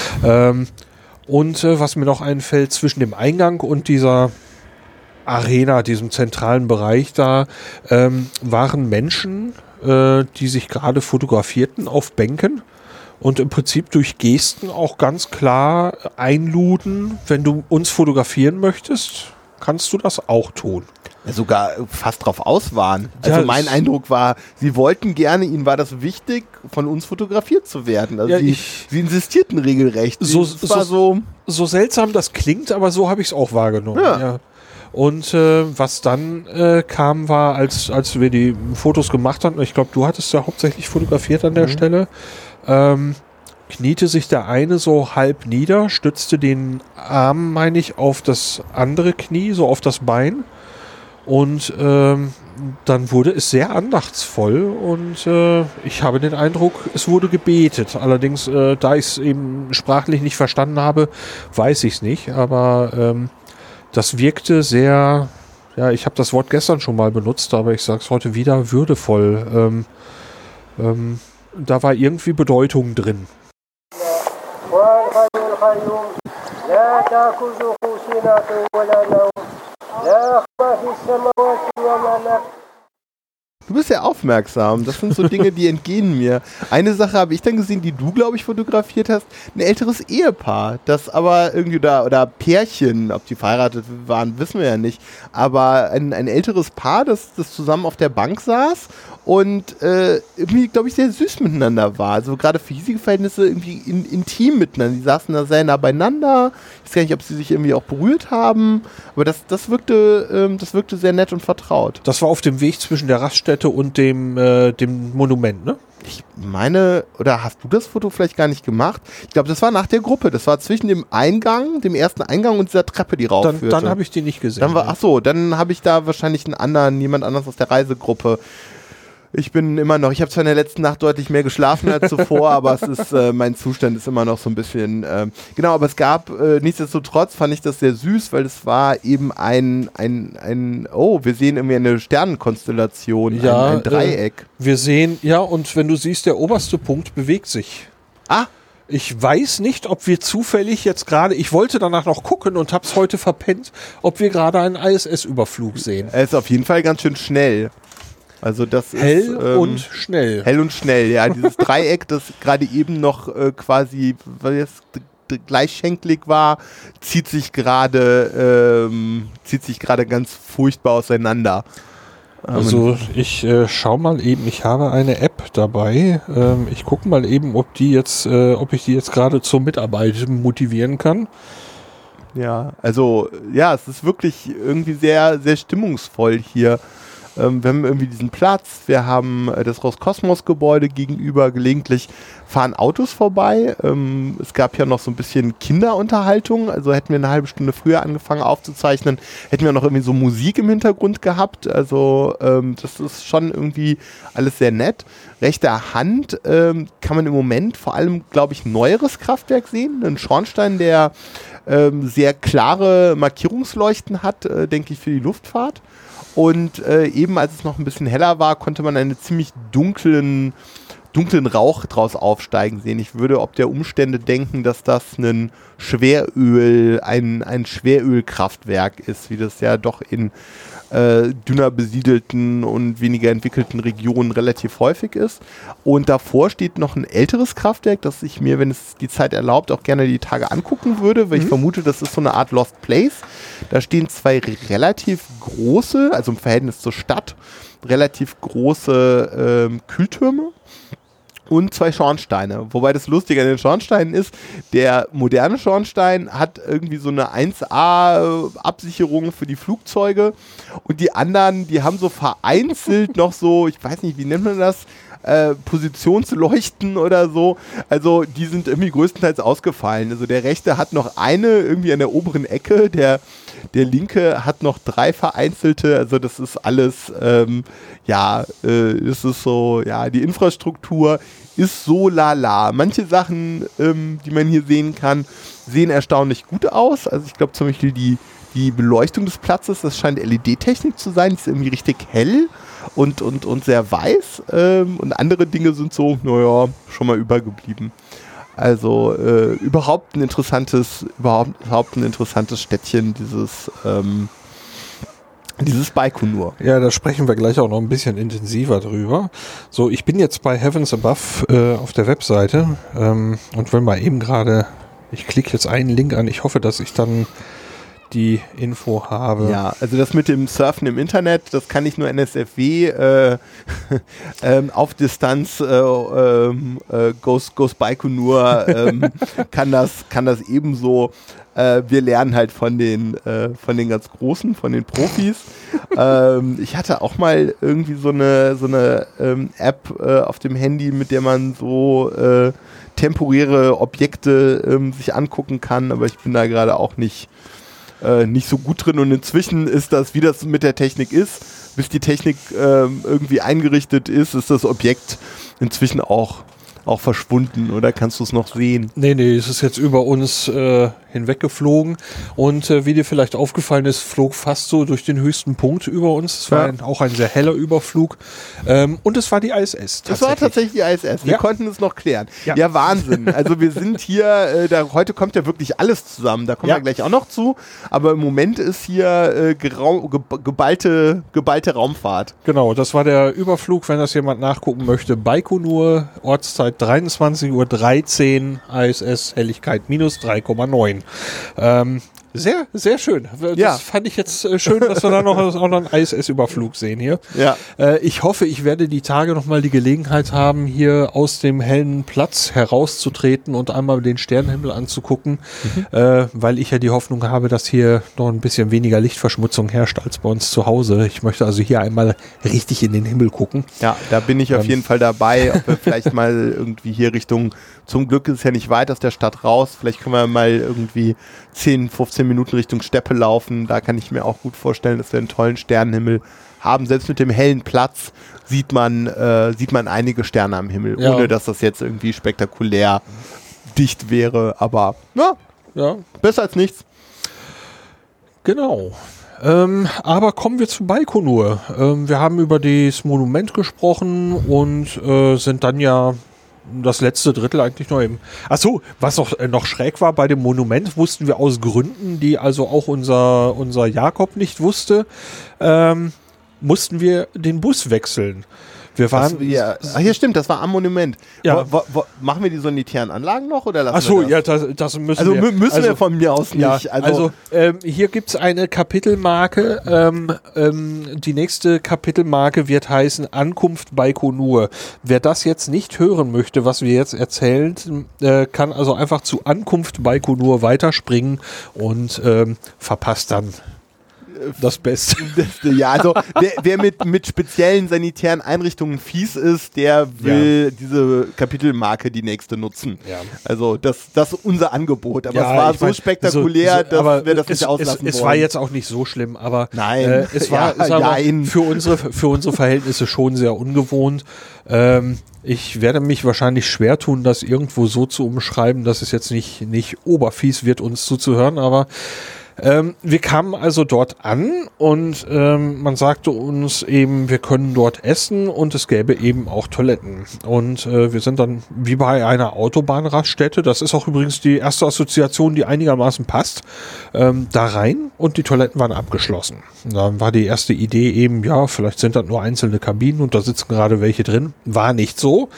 B: Und was mir noch einfällt, zwischen dem Eingang und dieser Arena, diesem zentralen Bereich da, waren Menschen, die sich gerade fotografierten auf Bänken und im Prinzip durch Gesten auch ganz klar einluden, wenn du uns fotografieren möchtest, kannst du das auch tun.
C: sogar fast drauf aus waren. Also mein Eindruck war, sie wollten gerne, ihnen war das wichtig, von uns fotografiert zu werden. Also sie insistierten regelrecht.
B: So seltsam das klingt, aber so habe ich es auch wahrgenommen. Ja. Und was dann kam, war, als wir die Fotos gemacht hatten, ich glaube, du hattest ja hauptsächlich fotografiert an der Stelle, kniete sich der eine so halb nieder, stützte den Arm, meine ich, auf das andere Knie, so auf das Bein. Und dann wurde es sehr andachtsvoll und ich habe den Eindruck, es wurde gebetet. Allerdings, da ich es eben sprachlich nicht verstanden habe, weiß ich es nicht. Aber das wirkte sehr, ja, ich habe das Wort gestern schon mal benutzt, aber ich sage es heute wieder, würdevoll. Da war irgendwie Bedeutung drin.
C: Du bist ja aufmerksam. Das sind so Dinge, die entgehen mir. Eine Sache habe ich dann gesehen, die du, glaube ich, fotografiert hast. Ein älteres Ehepaar, das aber irgendwie oder Pärchen, ob die verheiratet waren, wissen wir ja nicht. Aber ein älteres Paar, das zusammen auf der Bank saß und irgendwie, glaube ich, sehr süß miteinander war. Also gerade für hiesige Verhältnisse irgendwie intim miteinander. Die saßen da sehr nah beieinander. Ich weiß gar nicht, ob sie sich irgendwie auch berührt haben. Aber das wirkte sehr nett und vertraut.
B: Das war auf dem Weg zwischen der Raststätte und dem Monument, ne?
C: Ich meine, oder hast du das Foto vielleicht gar nicht gemacht? Ich glaube, das war nach der Gruppe. Das war zwischen dem Eingang, dem ersten Eingang und dieser Treppe, die raufführte.
B: Dann habe ich die nicht gesehen.
C: Dann habe ich da wahrscheinlich jemand anderes aus der Reisegruppe. Ich habe zwar in der letzten Nacht deutlich mehr geschlafen als zuvor, aber es ist, mein Zustand ist immer noch so ein bisschen, genau, aber es gab, nichtsdestotrotz fand ich das sehr süß, weil es war eben wir sehen irgendwie eine Sternenkonstellation, ein Dreieck.
B: Wir sehen, und wenn du siehst, der oberste Punkt bewegt sich. Ich weiß nicht, ob wir zufällig jetzt gerade, ich wollte danach noch gucken und hab's heute verpennt, ob wir gerade einen ISS-Überflug sehen.
C: Er ist auf jeden Fall ganz schön schnell. Also das
B: hell und schnell.
C: Hell und schnell, ja. Dieses Dreieck, das gerade eben noch quasi, weil es gleichschenklig war, zieht sich gerade ganz furchtbar auseinander.
B: Also ich schau mal eben, ich habe eine App dabei. Ich gucke mal eben, ob ich die jetzt gerade zur Mitarbeit motivieren kann.
C: Ja, also es ist wirklich irgendwie sehr, sehr stimmungsvoll hier. Wir haben irgendwie diesen Platz, wir haben das Roskosmos-Gebäude gegenüber, gelegentlich fahren Autos vorbei. Es gab ja noch so ein bisschen Kinderunterhaltung, also hätten wir eine halbe Stunde früher angefangen aufzuzeichnen, hätten wir noch irgendwie so Musik im Hintergrund gehabt. Also das ist schon irgendwie alles sehr nett. Rechter Hand kann man im Moment vor allem, glaube ich, ein neueres Kraftwerk sehen, einen Schornstein, der sehr klare Markierungsleuchten hat, denke ich, für die Luftfahrt. Und eben als es noch ein bisschen heller war, konnte man einen ziemlich dunklen Rauch draus aufsteigen sehen. Ich würde ob der Umstände denken, dass das ein Schwerölkraftwerk ist, wie das ja doch in dünner besiedelten und weniger entwickelten Regionen relativ häufig ist. Und davor steht noch ein älteres Kraftwerk, das ich mir, wenn es die Zeit erlaubt, auch gerne die Tage angucken würde, weil ich vermute, das ist so eine Art Lost Place. Da stehen zwei relativ große, also im Verhältnis zur Stadt, relativ große Kühltürme und zwei Schornsteine. Wobei das Lustige an den Schornsteinen ist, der moderne Schornstein hat irgendwie so eine 1A-Absicherung für die Flugzeuge und die anderen, die haben so vereinzelt noch so, ich weiß nicht, wie nennt man das, Positionsleuchten oder so. Also die sind irgendwie größtenteils ausgefallen. Also der rechte hat noch eine irgendwie an der oberen Ecke, der linke hat noch 3 vereinzelte. Also das ist alles, es ist so, die Infrastruktur ist so lala. Manche Sachen, die man hier sehen kann, sehen erstaunlich gut aus. Also ich glaube zum Beispiel die Beleuchtung des Platzes, das scheint LED-Technik zu sein, die ist irgendwie richtig hell und sehr weiß. Und andere Dinge sind so, schon mal übergeblieben. Also überhaupt ein interessantes Städtchen, dieses Baikonur.
B: Ja, da sprechen wir gleich auch noch ein bisschen intensiver drüber. So, ich bin jetzt bei Heavens Above auf der Webseite und will mal eben gerade, ich klicke jetzt einen Link an, ich hoffe, dass ich dann die Info habe.
C: Ja, also das mit dem Surfen im Internet, das kann nicht nur NSFW auf Distanz Goes Baikonur kann das ebenso. Wir lernen halt von den ganz Großen, von den Profis. Ich hatte auch mal irgendwie so eine App auf dem Handy, mit der man so temporäre Objekte sich angucken kann, aber ich bin da gerade auch nicht so gut drin und inzwischen ist das, wie das mit der Technik ist, bis die Technik irgendwie eingerichtet ist das Objekt inzwischen auch verschwunden, oder kannst du es noch sehen?
B: Nee, es ist jetzt über uns hinweggeflogen und wie dir vielleicht aufgefallen ist, flog fast so durch den höchsten Punkt über uns. Es war auch ein sehr heller Überflug und es war die ISS.
C: Es war tatsächlich die ISS. Wir konnten es noch klären. Ja, Wahnsinn. Also wir sind hier, heute kommt ja wirklich alles zusammen. Da kommen wir gleich auch noch zu. Aber im Moment ist hier geballte Raumfahrt.
B: Genau, das war der Überflug, wenn das jemand nachgucken möchte. Baikonur, Ortszeit 23:13 Uhr, ISS, Helligkeit minus 3,9. Sehr, sehr schön. Das fand ich jetzt schön, dass wir da noch einen ISS-Überflug sehen hier.
C: Ja.
B: Ich hoffe, ich werde die Tage nochmal die Gelegenheit haben, hier aus dem hellen Platz herauszutreten und einmal den Sternenhimmel anzugucken, weil ich ja die Hoffnung habe, dass hier noch ein bisschen weniger Lichtverschmutzung herrscht als bei uns zu Hause. Ich möchte also hier einmal richtig in den Himmel gucken.
C: Ja, da bin ich auf jeden Fall dabei, ob wir vielleicht mal irgendwie hier Richtung, zum Glück ist es ja nicht weit aus der Stadt raus, vielleicht können wir mal irgendwie 10, 15 Minuten Richtung Steppe laufen. Da kann ich mir auch gut vorstellen, dass wir einen tollen Sternenhimmel haben. Selbst mit dem hellen Platz sieht man einige Sterne am Himmel, ohne dass das jetzt irgendwie spektakulär dicht wäre. Aber besser als nichts.
B: Genau. Aber kommen wir zu Baikonur. Wir haben über das Monument gesprochen und sind dann ja das letzte Drittel eigentlich noch im... Achso, was noch schräg war, bei dem Monument wussten wir aus Gründen, die also auch unser Jakob nicht wusste, mussten wir den Bus wechseln. Wir waren...
C: Hier stimmt, das war am Monument.
B: Ja.
C: Machen wir die sanitären Anlagen noch oder lassen
B: Achso,
C: wir das?
B: ja, das müssen
C: also
B: wir.
C: Müssen wir von mir aus nicht.
B: Ja, also hier gibt es eine Kapitelmarke. Die nächste Kapitelmarke wird heißen Ankunft Baikonur. Wer das jetzt nicht hören möchte, was wir jetzt erzählen, kann also einfach zu Ankunft Baikonur weiterspringen und verpasst dann das Beste.
C: Ja, also wer mit speziellen sanitären Einrichtungen fies ist, der will diese Kapitelmarke die nächste nutzen. Ja. Also das ist unser Angebot. Aber es war so spektakulär, dass wir das nicht auslassen wollen.
B: Es war jetzt auch nicht so schlimm, aber
C: nein.
B: Es war für unsere Verhältnisse schon sehr ungewohnt. Ich werde mich wahrscheinlich schwer tun, das irgendwo so zu umschreiben, dass es jetzt nicht oberfies wird, uns zuzuhören, aber wir kamen also dort an und man sagte uns eben, wir können dort essen und es gäbe eben auch Toiletten. Und wir sind dann wie bei einer Autobahnraststätte, das ist auch übrigens die erste Assoziation, die einigermaßen passt, da rein und die Toiletten waren abgeschlossen. Und dann war die erste Idee eben, ja, vielleicht sind das nur einzelne Kabinen und da sitzen gerade welche drin. War nicht so.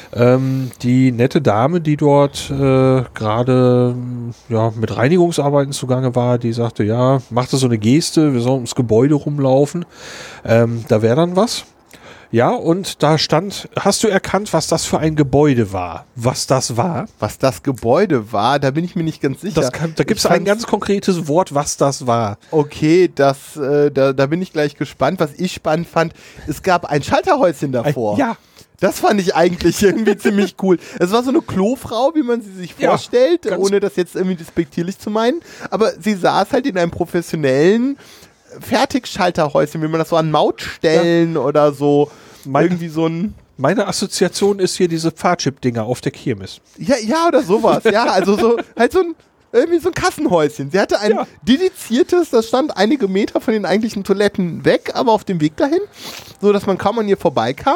B: Die nette Dame, die dort gerade mit Reinigungsarbeiten zugange war, die sagte, ja, machte so eine Geste, wir sollen ums Gebäude rumlaufen. Da wäre dann was. Ja, und da stand, hast du erkannt, was das für ein Gebäude war? Was das war?
C: Was das Gebäude war, da bin ich mir nicht ganz sicher.
B: Da gibt es ein ganz konkretes Wort, was das war.
C: Okay, da bin ich gleich gespannt. Was ich spannend fand, es gab ein Schalterhäuschen davor.
B: Ja.
C: Das fand ich eigentlich irgendwie ziemlich cool. Es war so eine Klofrau, wie man sie sich vorstellt, ohne das jetzt irgendwie despektierlich zu meinen. Aber sie saß halt in einem professionellen Fertigschalterhäuschen, wie man das so an Mautstellen oder so. Irgendwie so ein...
B: Meine Assoziation ist hier diese Fahrchip-Dinger auf der Kirmes.
C: Ja, oder sowas. Ja, also so halt so ein... Irgendwie so ein Kassenhäuschen. Sie hatte ein dediziertes, das stand einige Meter von den eigentlichen Toiletten weg, aber auf dem Weg dahin, so dass man kaum an ihr vorbeikam.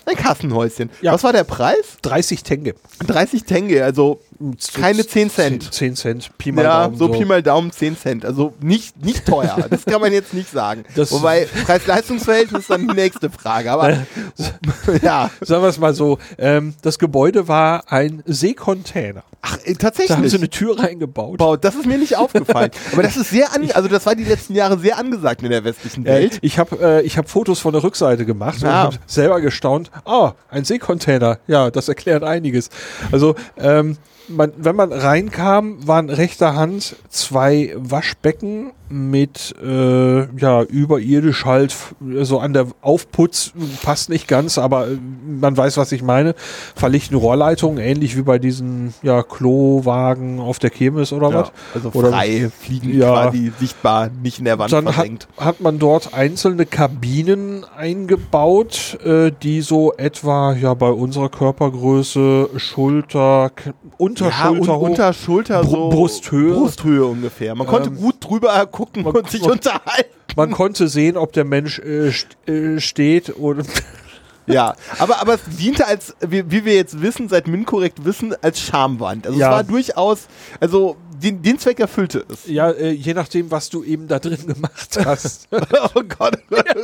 C: Ein Kassenhäuschen.
B: Ja.
C: Was war der Preis?
B: 30 Tenge.
C: 30 Tenge, also keine 10 Cent.
B: 10 Cent, Pi mal
C: Ja,
B: Daumen.
C: so Pi mal Daumen 10 Cent. Also nicht teuer. Das kann man jetzt nicht sagen. Wobei Preis-Leistungs-Verhältnis ist dann die nächste Frage. Aber ja.
B: Sagen wir es mal so, das Gebäude war ein Seekontainer.
C: Ach,
B: Da
C: tatsächlich.
B: haben sie eine Tür reingebaut.
C: Das ist mir nicht aufgefallen. Aber das ist also das war die letzten Jahre sehr angesagt in der westlichen Welt.
B: Ich hab Fotos von der Rückseite gemacht und
C: Ja.
B: habe selber gestaunt. Ein Seekontainer. Ja, das erklärt einiges. Also, wenn man reinkam, waren rechter Hand 2 Waschbecken mit überirdisch halt so an der Aufputz, passt nicht ganz, aber man weiß, was ich meine, verlegten Rohrleitungen, ähnlich wie bei diesen Klowagen auf der Kirmes oder was.
C: Also
B: Oder-
C: frei fliegen
B: Ja.
C: quasi sichtbar, nicht in der Wand
B: Dann
C: versenkt.
B: hat man dort einzelne Kabinen eingebaut, die so etwa bei unserer Körpergröße Schulter, Unterschulter hoch.
C: Unterschulter so
B: Brusthöhe.
C: Brusthöhe ungefähr. Man konnte gut drüber gucken und sich unterhalten.
B: Man konnte sehen, ob der Mensch steht oder
C: Ja, aber es diente als, wie wir jetzt wissen, seit MINT-korrekt wissen, als Schamwand. Also
B: Ja.
C: es war durchaus, also den Zweck erfüllte es.
B: je nachdem, was du eben da drin gemacht hast.
C: Oh Gott.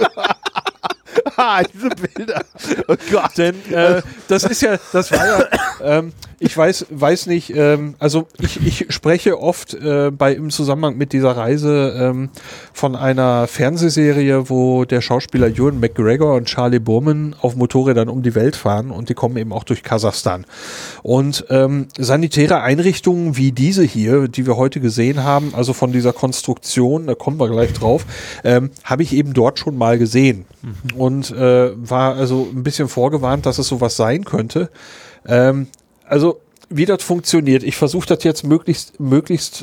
C: Diese Bilder. Oh Gott.
B: Denn das war ja, ich weiß nicht, also ich spreche oft im Zusammenhang mit dieser Reise von einer Fernsehserie, wo der Schauspieler Ewan McGregor und Charlie Boorman auf Motorrädern um die Welt fahren und die kommen eben auch durch Kasachstan. Und sanitäre Einrichtungen wie diese hier, die wir heute gesehen haben, also von dieser Konstruktion, da kommen wir gleich drauf, habe ich eben dort schon mal gesehen. Und war also ein bisschen vorgewarnt, dass es sowas sein könnte. Also wie das funktioniert, ich versuche das jetzt möglichst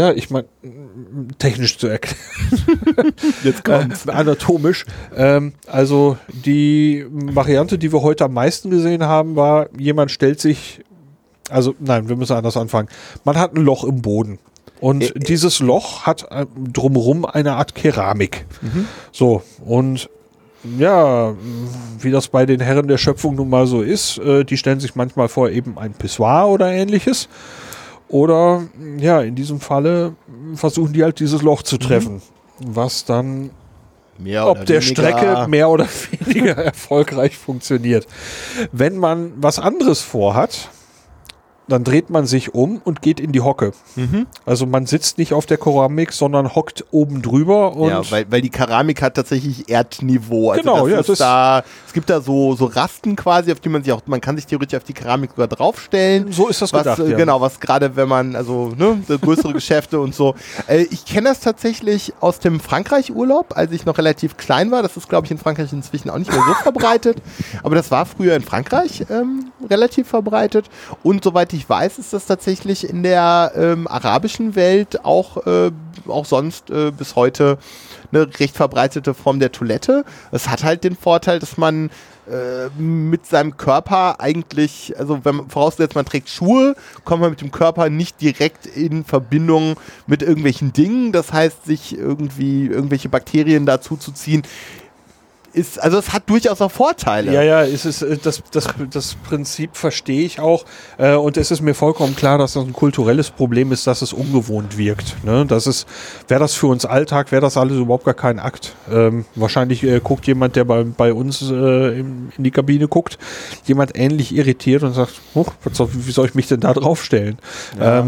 B: technisch zu erklären.
C: Jetzt kommt's.
B: Anatomisch. Also die Variante, die wir heute am meisten gesehen haben, war, jemand stellt sich, wir müssen anders anfangen. Man hat ein Loch im Boden. Und dieses Loch hat drumherum eine Art Keramik. So, und ja, wie das bei den Herren der Schöpfung nun mal so ist, die stellen sich manchmal vor eben ein Pissoir oder ähnliches. Oder, in diesem Falle versuchen die halt dieses Loch zu treffen. Was dann auf der Strecke mehr oder weniger erfolgreich funktioniert. Wenn man was anderes vorhat, dann dreht man sich um und geht in die Hocke. Also man sitzt nicht auf der Keramik, sondern hockt oben drüber. Und
C: ja, weil die Keramik hat tatsächlich Erdniveau. Also
B: Genau,
C: es gibt da so Rasten quasi, auf die man kann sich theoretisch auf die Keramik sogar draufstellen.
B: So ist das gedacht, ja.
C: Genau, was gerade, wenn man, so größere Geschäfte und so. Ich kenne das tatsächlich aus dem Frankreich-Urlaub, als ich noch relativ klein war. Das ist, glaube ich, in Frankreich inzwischen auch nicht mehr so verbreitet. Aber das war früher in Frankreich relativ verbreitet. Und soweit ich weiß, ist das tatsächlich in der arabischen Welt auch sonst bis heute eine recht verbreitete Form der Toilette. Es hat halt den Vorteil, dass man mit seinem Körper eigentlich, also wenn man voraussetzt, man trägt Schuhe, kommt man mit dem Körper nicht direkt in Verbindung mit irgendwelchen Dingen. Das heißt, sich irgendwelche Bakterien dazu zu ziehen, es hat durchaus auch Vorteile.
B: Ja, das Prinzip verstehe ich auch. Und es ist mir vollkommen klar, dass das ein kulturelles Problem ist, dass es ungewohnt wirkt. Ne? Wäre das für uns Alltag, wäre das alles überhaupt gar kein Akt. Wahrscheinlich guckt jemand, der bei uns in die Kabine guckt, jemand ähnlich irritiert und sagt, wie soll ich mich denn da draufstellen? Ja.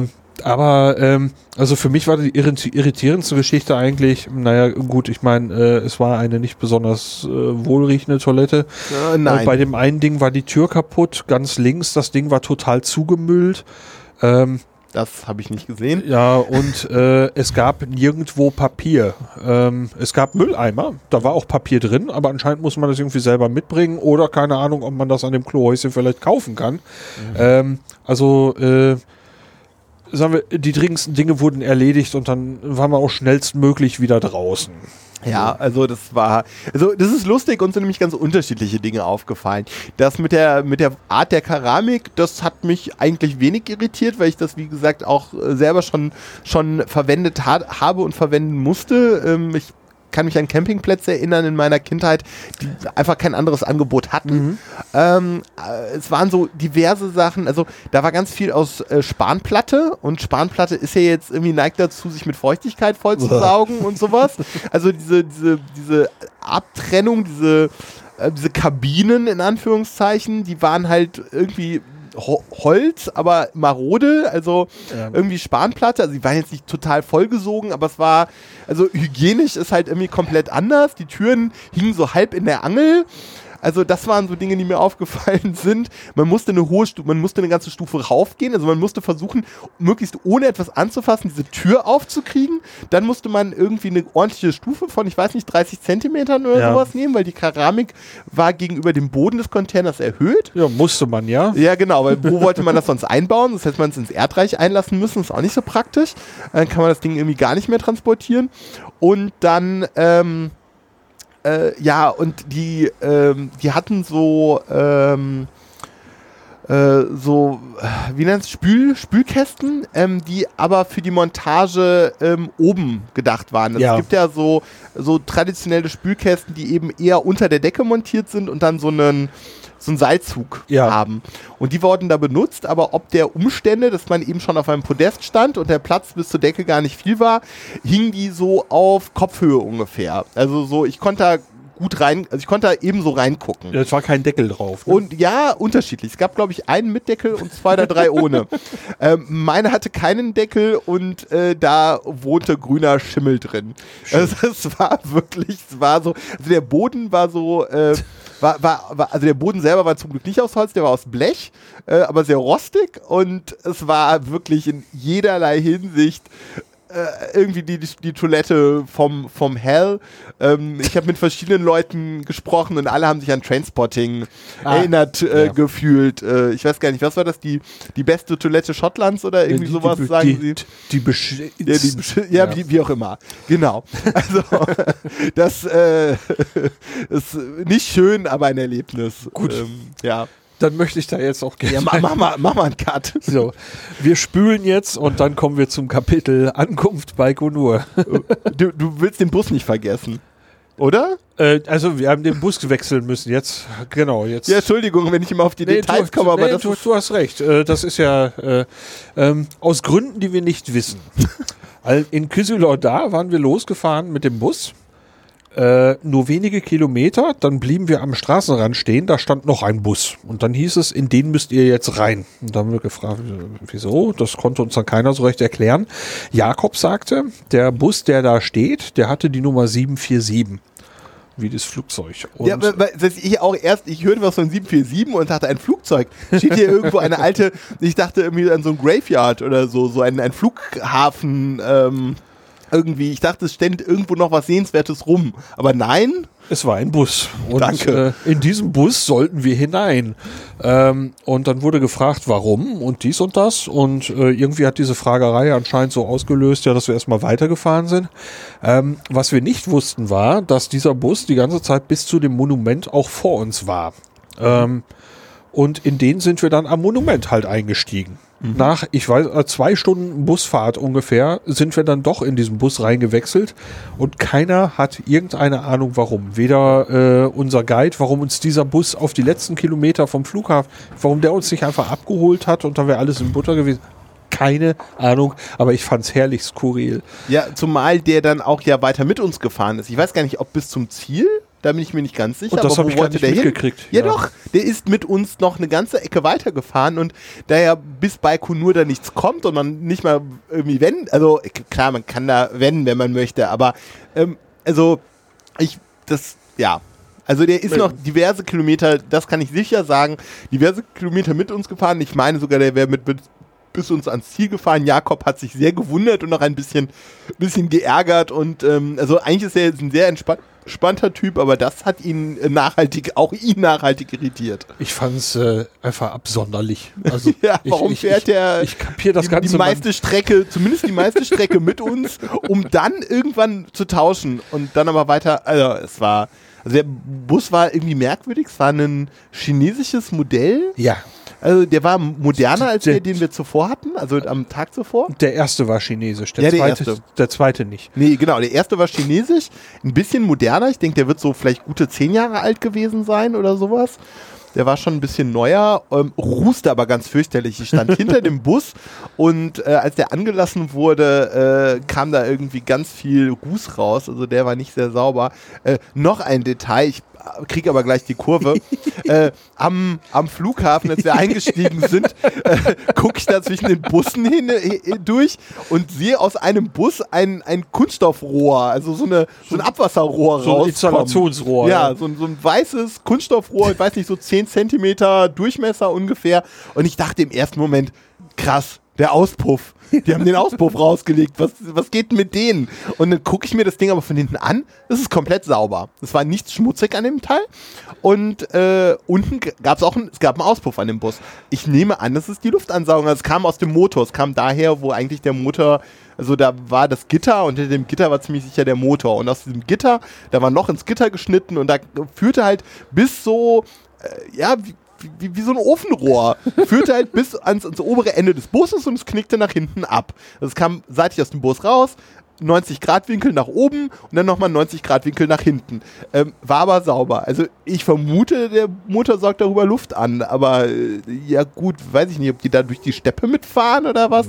B: Also für mich war die irritierendste Geschichte eigentlich, ich meine, es war eine nicht besonders wohlriechende Toilette.
C: Nein.
B: Bei dem einen Ding war die Tür kaputt, ganz links, das Ding war total zugemüllt.
C: Das habe ich nicht gesehen.
B: Ja, und es gab nirgendwo Papier. Es gab Mülleimer, da war auch Papier drin, aber anscheinend muss man das irgendwie selber mitbringen oder keine Ahnung, ob man das an dem Klohäuschen vielleicht kaufen kann. Sagen wir, die dringendsten Dinge wurden erledigt und dann waren wir auch schnellstmöglich wieder draußen.
C: Ja, das ist lustig, uns sind nämlich ganz unterschiedliche Dinge aufgefallen. Das mit der Art der Keramik, das hat mich eigentlich wenig irritiert, weil ich das, wie gesagt, auch selber schon verwendet habe und verwenden musste. Ich kann mich an Campingplätze erinnern in meiner Kindheit, die einfach kein anderes Angebot hatten. Es waren so diverse Sachen, also da war ganz viel aus Spanplatte und Spanplatte ist ja jetzt irgendwie neigt dazu, sich mit Feuchtigkeit vollzusaugen und sowas. Also diese Abtrennung, diese Kabinen in Anführungszeichen, die waren halt irgendwie Holz, aber marode, also irgendwie Spanplatte, also die waren jetzt nicht total vollgesogen, aber es war, also hygienisch ist halt irgendwie komplett anders, die Türen hingen so halb in der Angel. Also das waren so Dinge, die mir aufgefallen sind. Man musste eine ganze Stufe raufgehen. Also man musste versuchen, möglichst ohne etwas anzufassen, diese Tür aufzukriegen. Dann musste man irgendwie eine ordentliche Stufe von, ich weiß nicht, 30 Zentimetern oder sowas nehmen, weil die Keramik war gegenüber dem Boden des Containers erhöht.
B: Ja, musste man, ja.
C: Ja, genau, weil wo wollte man das sonst einbauen? Das hätte man es ins Erdreich einlassen müssen. Das ist auch nicht so praktisch. Dann kann man das Ding irgendwie gar nicht mehr transportieren. Und dann und die hatten so, wie nennt's, Spülkästen, die aber für die Montage oben gedacht waren. Also es gibt ja so traditionelle Spülkästen, die eben eher unter der Decke montiert sind und dann so einen Seilzug haben. Und die wurden da benutzt, aber ob der Umstände, dass man eben schon auf einem Podest stand und der Platz bis zur Decke gar nicht viel war, hingen die so auf Kopfhöhe ungefähr. Also so, ich konnte da gut rein, also ich konnte da ebenso reingucken.
B: Ja, es war kein Deckel drauf. Ne?
C: Und ja, unterschiedlich. Es gab, glaube ich, einen mit Deckel und 2 oder 3 ohne. Meine hatte keinen Deckel und da wohnte grüner Schimmel drin. Also es war so, also der Boden war so, also der Boden selber war zum Glück nicht aus Holz, der war aus Blech, aber sehr rostig und es war wirklich in jederlei Hinsicht irgendwie die Toilette vom Hell. Ich habe mit verschiedenen Leuten gesprochen und alle haben sich an Trainspotting erinnert gefühlt. Ich weiß gar nicht, was war das? Die beste Toilette Schottlands oder irgendwie sowas, sagen sie? Wie auch immer. Genau. Also, das ist nicht schön, aber ein Erlebnis.
B: Gut. Dann möchte ich da jetzt auch gerne.
C: Ja, mach mal einen Cut.
B: So, wir spülen jetzt und dann kommen wir zum Kapitel Ankunft Baikonur.
C: Du willst den Bus nicht vergessen, oder?
B: Also wir haben den Bus wechseln müssen jetzt. Genau, jetzt.
C: Ja, Entschuldigung, wenn ich immer auf die Details komme, aber
B: du hast recht. Das ist ja aus Gründen, die wir nicht wissen. In Kysyllor waren wir losgefahren mit dem Bus. Nur wenige Kilometer, dann blieben wir am Straßenrand stehen, da stand noch ein Bus. Und dann hieß es, in den müsst ihr jetzt rein. Und da haben wir gefragt, wieso? Das konnte uns dann keiner so recht erklären. Jakob sagte, der Bus, der da steht, der hatte die Nummer 747. Wie das Flugzeug. Und
C: ja, ich hörte was von 747 und dachte, ein Flugzeug. Steht hier irgendwo eine alte, ich dachte irgendwie an so ein Graveyard oder so ein Flughafen, irgendwie, ich dachte, es stand irgendwo noch was Sehenswertes rum. Aber nein.
B: Es war ein Bus. Und
C: danke.
B: In diesem Bus sollten wir hinein. Und dann wurde gefragt, warum und dies und das. Und irgendwie hat diese Fragerei anscheinend so ausgelöst, dass wir erstmal weitergefahren sind. Was wir nicht wussten war, dass dieser Bus die ganze Zeit bis zu dem Monument auch vor uns war. Und in den sind wir dann am Monument halt eingestiegen. Nach, 2 Stunden Busfahrt ungefähr, sind wir dann doch in diesen Bus reingewechselt und keiner hat irgendeine Ahnung, warum. Weder unser Guide, warum uns dieser Bus auf die letzten Kilometer vom Flughafen, warum der uns nicht einfach abgeholt hat und dann wäre alles in Butter gewesen. Keine Ahnung, aber ich fand's herrlich skurril.
C: Ja, zumal der dann auch ja weiter mit uns gefahren ist. Ich weiß gar nicht, ob bis zum Ziel. Da bin ich mir nicht ganz sicher.
B: Und das habe ich gar nicht mitgekriegt.
C: Ja doch, der ist mit uns noch eine ganze Ecke weitergefahren und da ja bis Baikonur da nichts kommt und man nicht mal irgendwie wenden, also klar, man kann da wenden, wenn man möchte, aber also der ist noch diverse Kilometer, das kann ich sicher sagen, diverse Kilometer mit uns gefahren. Ich meine sogar, der wäre bis uns ans Ziel gefahren. Jakob hat sich sehr gewundert und noch ein bisschen geärgert und also eigentlich ist er jetzt ein sehr entspannter Typ, aber das hat ihn nachhaltig irritiert.
B: Ich fand es einfach absonderlich. Also
C: ja, warum fährt er
B: ich kapier das Ganze
C: die meiste Strecke mit uns, um dann irgendwann zu tauschen und dann aber weiter, also der Bus war irgendwie merkwürdig, es war ein chinesisches Modell.
B: Ja.
C: Also der war moderner als der, den wir zuvor hatten, also am Tag zuvor.
B: Der erste war chinesisch,
C: der
B: zweite nicht.
C: Nee, genau, der erste war chinesisch, ein bisschen moderner. Ich denke, der wird so vielleicht gute 10 Jahre alt gewesen sein oder sowas. Der war schon ein bisschen neuer, ruste aber ganz fürchterlich. Ich stand hinter dem Bus und als der angelassen wurde, kam da irgendwie ganz viel Ruß raus. Also der war nicht sehr sauber. Noch ein Detail, ich kriege aber gleich die Kurve. Am Flughafen, als wir eingestiegen sind, gucke ich da zwischen den Bussen durch und sehe aus einem Bus ein Kunststoffrohr, also so ein Abwasserrohr rauskommen.
B: So ein Installationsrohr.
C: Ja, so ein weißes Kunststoffrohr, ich weiß nicht, so 10 Zentimeter Durchmesser ungefähr. Und ich dachte im ersten Moment, krass, der Auspuff. Die haben den Auspuff rausgelegt. Was geht denn mit denen? Und dann gucke ich mir das Ding aber von hinten an. Das ist komplett sauber. Es war nichts schmutzig an dem Teil. Und unten gab es gab einen Auspuff an dem Bus. Ich nehme an, das ist die Luftansaugung. Also es kam aus dem Motor. Es kam daher, wo eigentlich der Motor, also da war das Gitter und hinter dem Gitter war ziemlich sicher der Motor. Und aus diesem Gitter, da war noch ins Gitter geschnitten und da führte halt bis so, wie so ein Ofenrohr. Führte halt bis ans obere Ende des Busses und es knickte nach hinten ab. Das kam seitlich aus dem Bus raus, 90 Grad Winkel nach oben und dann nochmal 90 Grad Winkel nach hinten. War aber sauber. Also ich vermute, der Motor saugt darüber Luft an, aber ja gut, weiß ich nicht, ob die da durch die Steppe mitfahren oder was.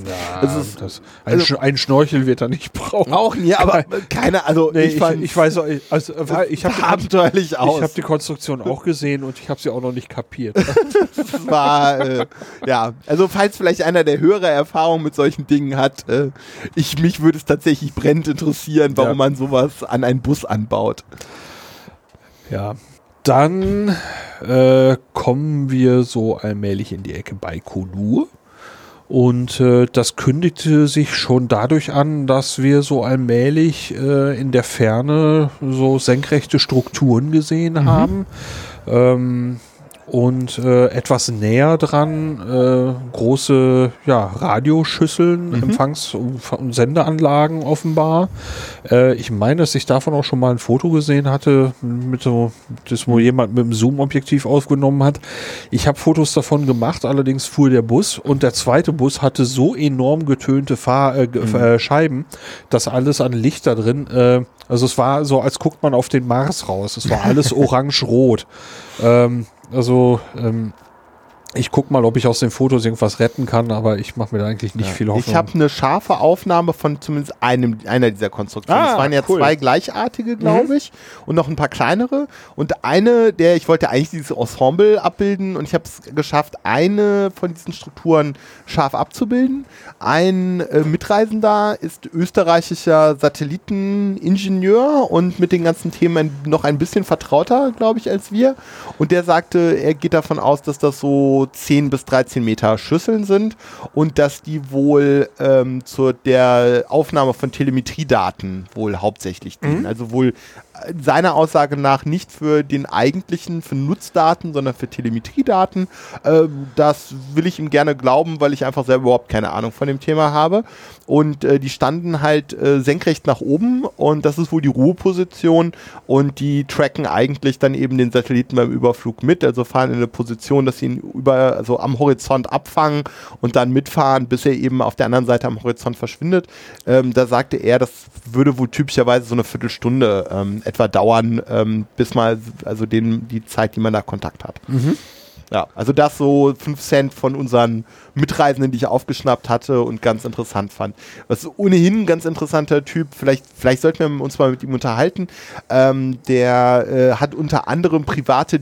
B: Ja, ein Schnorchel wird er nicht brauchen.
C: Auch nie, aber keine, also
B: nee, ich weiß, also ich habe die Konstruktion auch gesehen und ich habe sie auch noch nicht kapiert.
C: Das war, also falls vielleicht einer der höhere Erfahrung mit solchen Dingen hat, mich würde es tatsächlich brennend interessieren, warum man sowas an einen Bus anbaut.
B: Ja, dann kommen wir so allmählich in die Ecke Baikonur. Und das kündigte sich schon dadurch an, dass wir so allmählich in der Ferne so senkrechte Strukturen gesehen haben. Und etwas näher dran große Radioschüsseln, Empfangs- und Sendeanlagen offenbar. Ich meine, dass ich davon auch schon mal ein Foto gesehen hatte, das wo jemand mit dem Zoom-Objektiv aufgenommen hat. Ich habe Fotos davon gemacht, allerdings fuhr der Bus und der zweite Bus hatte so enorm getönte Scheiben, dass alles an Licht da drin, also es war so, als guckt man auf den Mars raus. Es war alles orange-rot. Ich guck mal, ob ich aus den Fotos irgendwas retten kann, aber ich mache mir da eigentlich nicht viel Hoffnung.
C: Ich habe eine scharfe Aufnahme von zumindest einer dieser Konstruktionen. Es waren ja cool. 2 gleichartige, glaube ich, und noch ein paar kleinere. Und ich wollte eigentlich dieses Ensemble abbilden und ich habe es geschafft, eine von diesen Strukturen scharf abzubilden. Ein Mitreisender ist österreichischer Satelliteningenieur und mit den ganzen Themen noch ein bisschen vertrauter, glaube ich, als wir. Und der sagte, er geht davon aus, dass das so 10 bis 13 Meter Schüsseln sind und dass die wohl zu der Aufnahme von Telemetriedaten wohl hauptsächlich dienen. Also wohl seiner Aussage nach nicht für Nutzdaten, sondern für Telemetriedaten. Das will ich ihm gerne glauben, weil ich einfach selber überhaupt keine Ahnung von dem Thema habe. Und die standen halt senkrecht nach oben und das ist wohl die Ruheposition und die tracken eigentlich dann eben den Satelliten beim Überflug mit, also fahren in eine Position, dass sie ihn also am Horizont abfangen und dann mitfahren, bis er eben auf der anderen Seite am Horizont verschwindet. Da sagte er, das würde wohl typischerweise so eine Viertelstunde etwa dauern, bis mal, also die Zeit, die man da Kontakt hat. Ja, also das so 5 Cent von unseren Mitreisenden, die ich aufgeschnappt hatte und ganz interessant fand. Was ohnehin ein ganz interessanter Typ, vielleicht sollten wir uns mal mit ihm unterhalten, der hat unter anderem private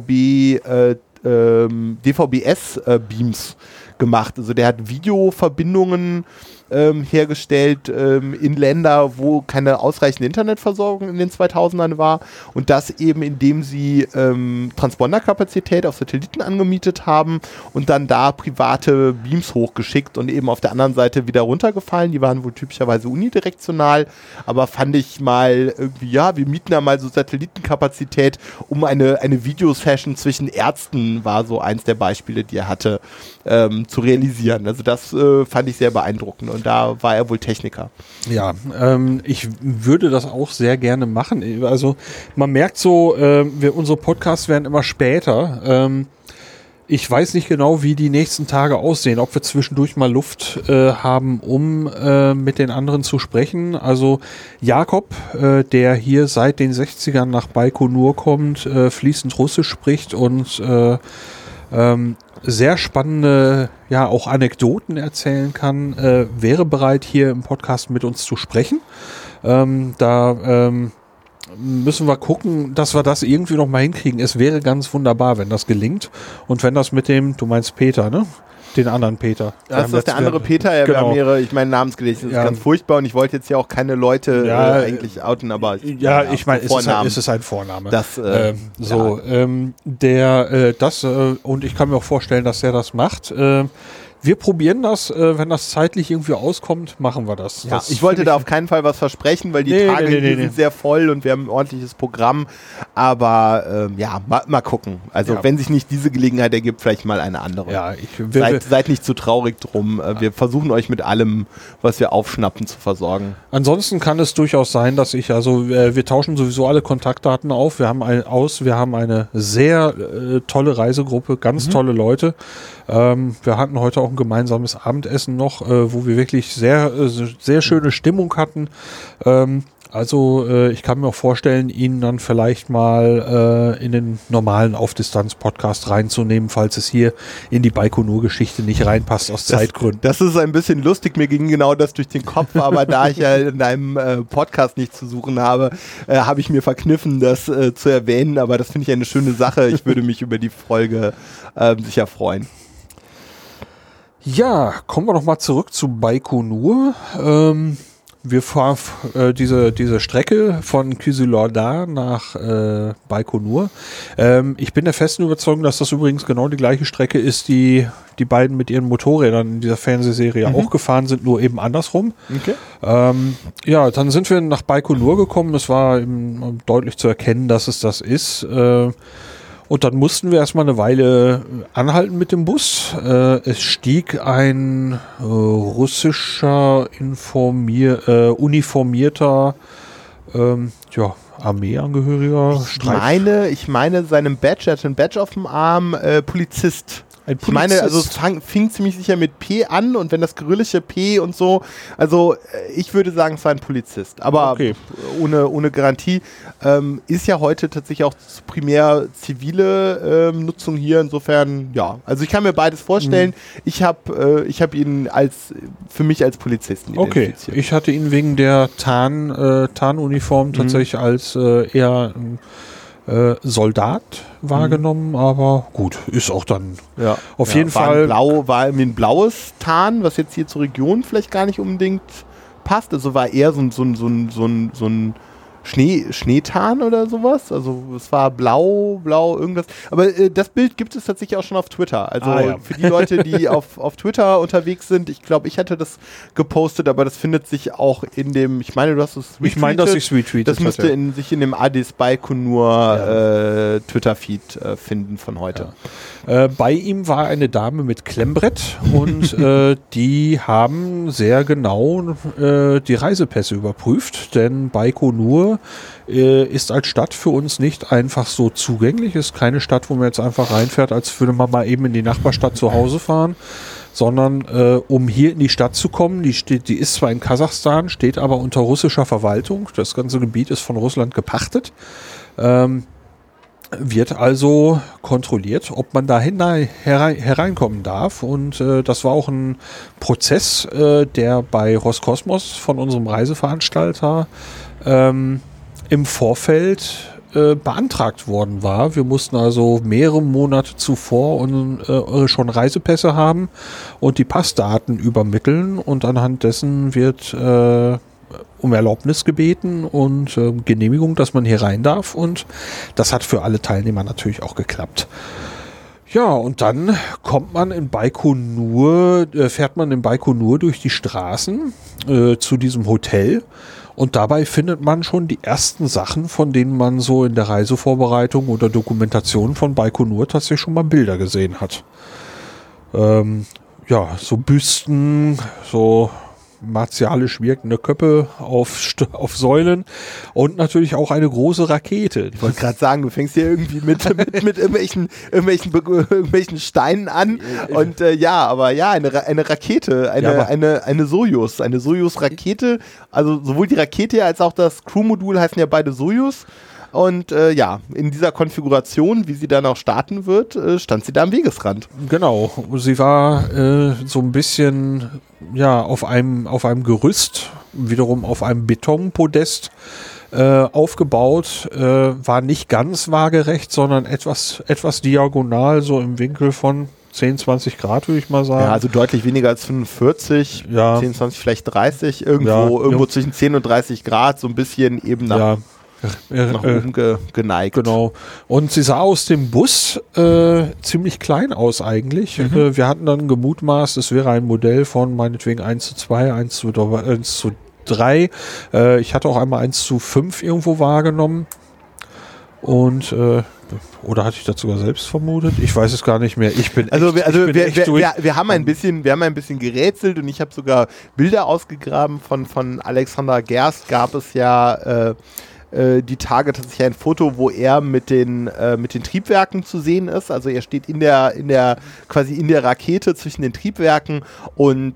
C: DVB-S-Beams gemacht. Also der hat Videoverbindungen hergestellt in Länder, wo keine ausreichende Internetversorgung in den 2000ern war und das eben indem sie Transponderkapazität auf Satelliten angemietet haben und dann da private Beams hochgeschickt und eben auf der anderen Seite wieder runtergefallen. Die waren wohl typischerweise unidirektional, aber fand ich mal irgendwie, wir mieten da mal so Satellitenkapazität, um eine Videosession zwischen Ärzten, war so eins der Beispiele, die er hatte, zu realisieren. Also das fand ich sehr beeindruckend und da war er wohl Techniker.
B: Ja, ich würde das auch sehr gerne machen. Also man merkt so, unsere Podcasts werden immer später. Ich weiß nicht genau, wie die nächsten Tage aussehen, ob wir zwischendurch mal Luft haben, um mit den anderen zu sprechen. Also Jakob, der hier seit den 60ern nach Baikonur kommt, fließend Russisch spricht und sehr spannende, ja, auch Anekdoten erzählen kann, wäre bereit, hier im Podcast mit uns zu sprechen. Müssen wir gucken, dass wir das irgendwie noch mal hinkriegen. Es wäre ganz wunderbar, wenn das gelingt. Und wenn das mit dem, du meinst Peter, ne? Den anderen Peter.
C: Das ist der andere Peter, ja, genau. Wir haben mehrere, ich meine, Namensgedächtnis ist ganz furchtbar und ich wollte jetzt ja auch keine Leute eigentlich outen, aber
B: ich meine, es ist ein Vorname. Und ich kann mir auch vorstellen, dass er das macht. Wir probieren das, wenn das zeitlich irgendwie auskommt, machen wir das.
C: Ja, ich wollte da auf keinen Fall was versprechen, weil die Tage sind sehr voll und wir haben ein ordentliches Programm. Aber mal gucken. Also wenn sich nicht diese Gelegenheit ergibt, vielleicht mal eine andere.
B: Ja,
C: seid nicht zu traurig drum. Wir versuchen euch mit allem, was wir aufschnappen, zu versorgen.
B: Ansonsten kann es durchaus sein, dass wir tauschen sowieso alle Kontaktdaten auf. Wir haben eine sehr tolle Reisegruppe, ganz tolle Leute. Wir hatten heute auch ein gemeinsames Abendessen noch, wo wir wirklich sehr, sehr schöne Stimmung hatten. Ich kann mir auch vorstellen, ihn dann vielleicht mal in den normalen Auf-Distanz-Podcast reinzunehmen, falls es hier in die Baikonur-Geschichte nicht reinpasst aus Zeitgründen.
C: Das ist ein bisschen lustig, mir ging genau das durch den Kopf, aber da ich ja in deinem Podcast nichts zu suchen habe, habe ich mir verkniffen, das zu erwähnen, aber das finde ich eine schöne Sache. Ich würde mich über die Folge sicher freuen.
B: Ja, kommen wir noch mal zurück zu Baikonur. Wir fahren diese Strecke von Kızılorda nach Baikonur. Ich bin der festen Überzeugung, dass das übrigens genau die gleiche Strecke ist, die beiden mit ihren Motorrädern in dieser Fernsehserie auch gefahren sind, nur eben andersrum.
C: Okay.
B: Dann sind wir nach Baikonur gekommen. Es war eben deutlich zu erkennen, dass es das ist. Und dann mussten wir erstmal eine Weile anhalten mit dem Bus. Es stieg ein russischer uniformierter Armeeangehöriger.
C: Ich meine seinem Badge, er hat ein Badge auf dem Arm, Polizist. Ich meine, also es fing ziemlich sicher mit P an und wenn das kyrillische P und so, also ich würde sagen, es war ein Polizist, aber ohne Garantie. Ist ja heute tatsächlich auch primär zivile Nutzung hier, insofern, ja. Also ich kann mir beides vorstellen. Ich hab ihn für mich als Polizisten identifiziert.
B: Okay, ich hatte ihn wegen der Tarnuniform tatsächlich als eher Soldat wahrgenommen, aber gut, ist auch dann auf jeden Fall.
C: War irgendwie ein blaues Tarn, was jetzt hier zur Region vielleicht gar nicht unbedingt passt. Also war eher so ein Schneetarn oder sowas. Also es war blau, irgendwas. Aber das Bild gibt es tatsächlich auch schon auf Twitter. Also für die Leute, die auf Twitter unterwegs sind, ich glaube, ich hatte das gepostet, aber das findet sich auch in dem, ich meine, du hast es retweetet.
B: Ich meine, dass ich es retweetet.
C: Das müsste sich in dem Addis Baikonur Twitter-Feed finden von heute.
B: Ja. Bei ihm war eine Dame mit Klemmbrett und die haben sehr genau die Reisepässe überprüft, denn Baikonur ist als Stadt für uns nicht einfach so zugänglich, ist keine Stadt, wo man jetzt einfach reinfährt, als würde man mal eben in die Nachbarstadt zu Hause fahren, sondern um hier in die Stadt zu kommen, die ist zwar in Kasachstan, steht aber unter russischer Verwaltung, das ganze Gebiet ist von Russland gepachtet, wird also kontrolliert, ob man da hereinkommen darf. Und das war auch ein Prozess, der bei Roskosmos von unserem Reiseveranstalter im Vorfeld beantragt worden war. Wir mussten also mehrere Monate zuvor schon Reisepässe haben und die Passdaten übermitteln und anhand dessen wird um Erlaubnis gebeten und Genehmigung, dass man hier rein darf, und das hat für alle Teilnehmer natürlich auch geklappt. Ja, und dann fährt man in Baikonur durch die Straßen zu diesem Hotel, und dabei findet man schon die ersten Sachen, von denen man so in der Reisevorbereitung oder Dokumentation von Baikonur tatsächlich schon mal Bilder gesehen hat. So Büsten, so martialisch wirkende Köpfe auf Säulen und natürlich auch eine große Rakete.
C: Ich wollte gerade sagen, du fängst hier irgendwie mit irgendwelchen Steinen an und eine Rakete, eine Sojus-Rakete, also sowohl die Rakete als auch das Crewmodul heißen ja beide Sojus. Und in dieser Konfiguration, wie sie dann auch starten wird, stand sie da am Wegesrand.
B: Genau, sie war so ein bisschen auf einem Gerüst, wiederum auf einem Betonpodest aufgebaut, war nicht ganz waagerecht, sondern etwas diagonal, so im Winkel von 10, 20 Grad, würde ich mal sagen.
C: Ja, also deutlich weniger als 45, 10, 20, vielleicht 30, irgendwo zwischen 10 und 30 Grad, so ein bisschen eben nach oben geneigt.
B: Genau. Und sie sah aus dem Bus ziemlich klein aus eigentlich. Wir hatten dann gemutmaßt, es wäre ein Modell von meinetwegen 1:2, 1:3. Ich hatte auch einmal 1:5 irgendwo wahrgenommen. Und oder hatte ich das sogar selbst vermutet? Ich weiß es gar nicht mehr.
C: Wir haben ein bisschen gerätselt und ich habe sogar Bilder ausgegraben von Alexander Gerst. Gab es ja die Tage tatsächlich ein Foto, wo er mit den Triebwerken zu sehen ist. Also er steht quasi in der Rakete zwischen den Triebwerken und